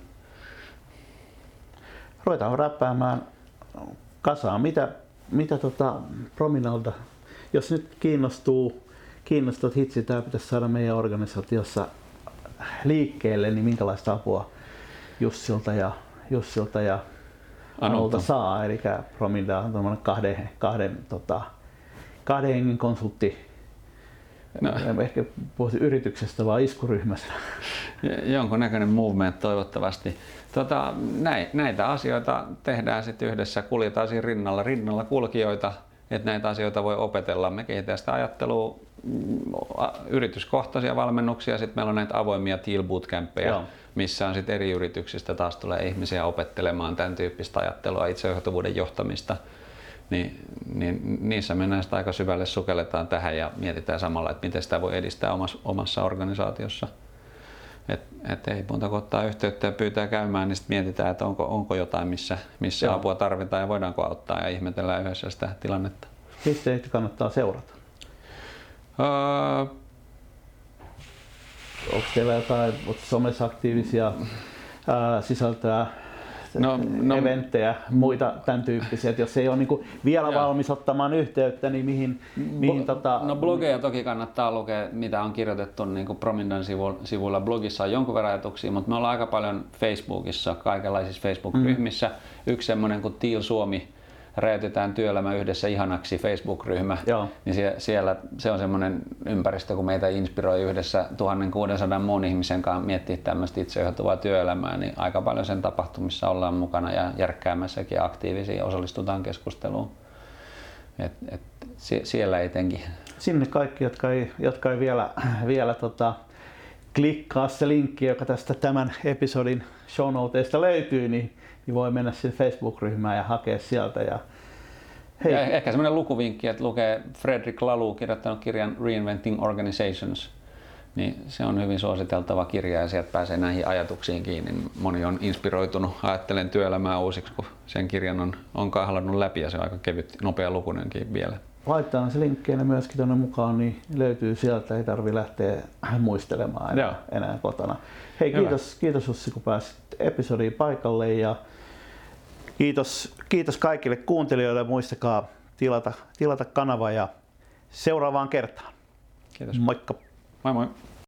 Ruvetaan räppäämään kasaan. Mitä, mitä tota Prominalta, jos nyt kiinnostuu, kiinnostuu että hitsi, tämä pitäisi saada meidän organisaatiossa liikkeelle, niin minkälaista apua Jussilta ja, Jussilta ja Anolta saa? Eli Prominda on kahden, kahden, tota, kahden hengen konsultti. No. Ehkä puhuisi yrityksestä vaan iskuryhmästä. Jonkun näköinen movement toivottavasti. Tota, näitä asioita tehdään sitten yhdessä, kuljetaan siinä rinnalla, rinnalla kulkijoita, että näitä asioita voi opetella. Me kehitetään sitä ajattelua, yrityskohtaisia valmennuksia, sitten meillä on näitä avoimia Teal Bootcampeja, missä on sitten eri yrityksistä taas tulee ihmisiä opettelemaan tämän tyyppistä ajattelua, itsejohtavuuden johtamista. Niin, niin niissä mennään sitä aika syvälle, sukelletaan tähän ja mietitään samalla, että miten sitä voi edistää omassa, omassa organisaatiossa. Et, et ei muuta kuin ottaa yhteyttä ja pyytää käymään, niin sitten mietitään, että onko, onko jotain, missä, missä apua tarvitaan ja voidaanko auttaa ja ihmetellään yhdessä sitä tilannetta. Mistä kannattaa seurata? Öö... Onko teillä jotain somessa aktiivisia ää, sisältöä? No, no, eventtejä, muita tämän tyyppisiä, että jos ei ole niinku vielä joo. valmis ottamaan yhteyttä, niin mihin... mihin Bo- tota... No blogeja toki kannattaa lukea, mitä on kirjoitettu niin kuin Promindan sivu, sivuilla. Blogissa on jonkun verran ajatuksia, mutta me ollaan aika paljon Facebookissa, kaikenlaisissa Facebook-ryhmissä. Mm. Yksi semmoinen kuin Teal Suomi, räjäytetään työelämä yhdessä ihanaksi Facebook-ryhmä, Joo. niin sie, siellä se on semmoinen ympäristö, kun meitä inspiroi yhdessä tuhatkuusisataa muun ihmisen kanssa miettiä tämmöistä itsejohtuvaa työelämää, niin aika paljon sen tapahtumissa ollaan mukana ja järkkäämässäkin aktiivisia, osallistutaan keskusteluun. Et, et, sie, siellä etenkin. Sinne kaikki, jotka ei, jotka ei vielä, vielä tota, klikkaa se linkki, joka tästä tämän episodin show noteista löytyy, niin niin voi mennä sinne Facebook-ryhmään ja hakea sieltä. Ja hei. Ja ehkä semmoinen lukuvinkki, että lukee Frederick Laloux kirjoittanut kirjan Reinventing Organizations. Niin se on hyvin suositeltava kirja ja sieltä pääsee näihin ajatuksiin kiinni. Moni on inspiroitunut ajattelemaan työelämää uusiksi, kun sen kirjan on, on kahlannut läpi ja se on aika kevyt, nopea lukunenkin vielä. Laitetaan se linkkeinä myöskin tuonne mukaan, niin löytyy sieltä, ei tarvitse lähteä muistelemaan enää, enää kotona. Hei, kiitos, kiitos Jussi, kun pääsit episodiin paikalle ja kiitos, kiitos kaikille kuuntelijoille. Muistakaa tilata, tilata kanava ja seuraavaan kertaan. Kiitos. Moikka! Moi moi!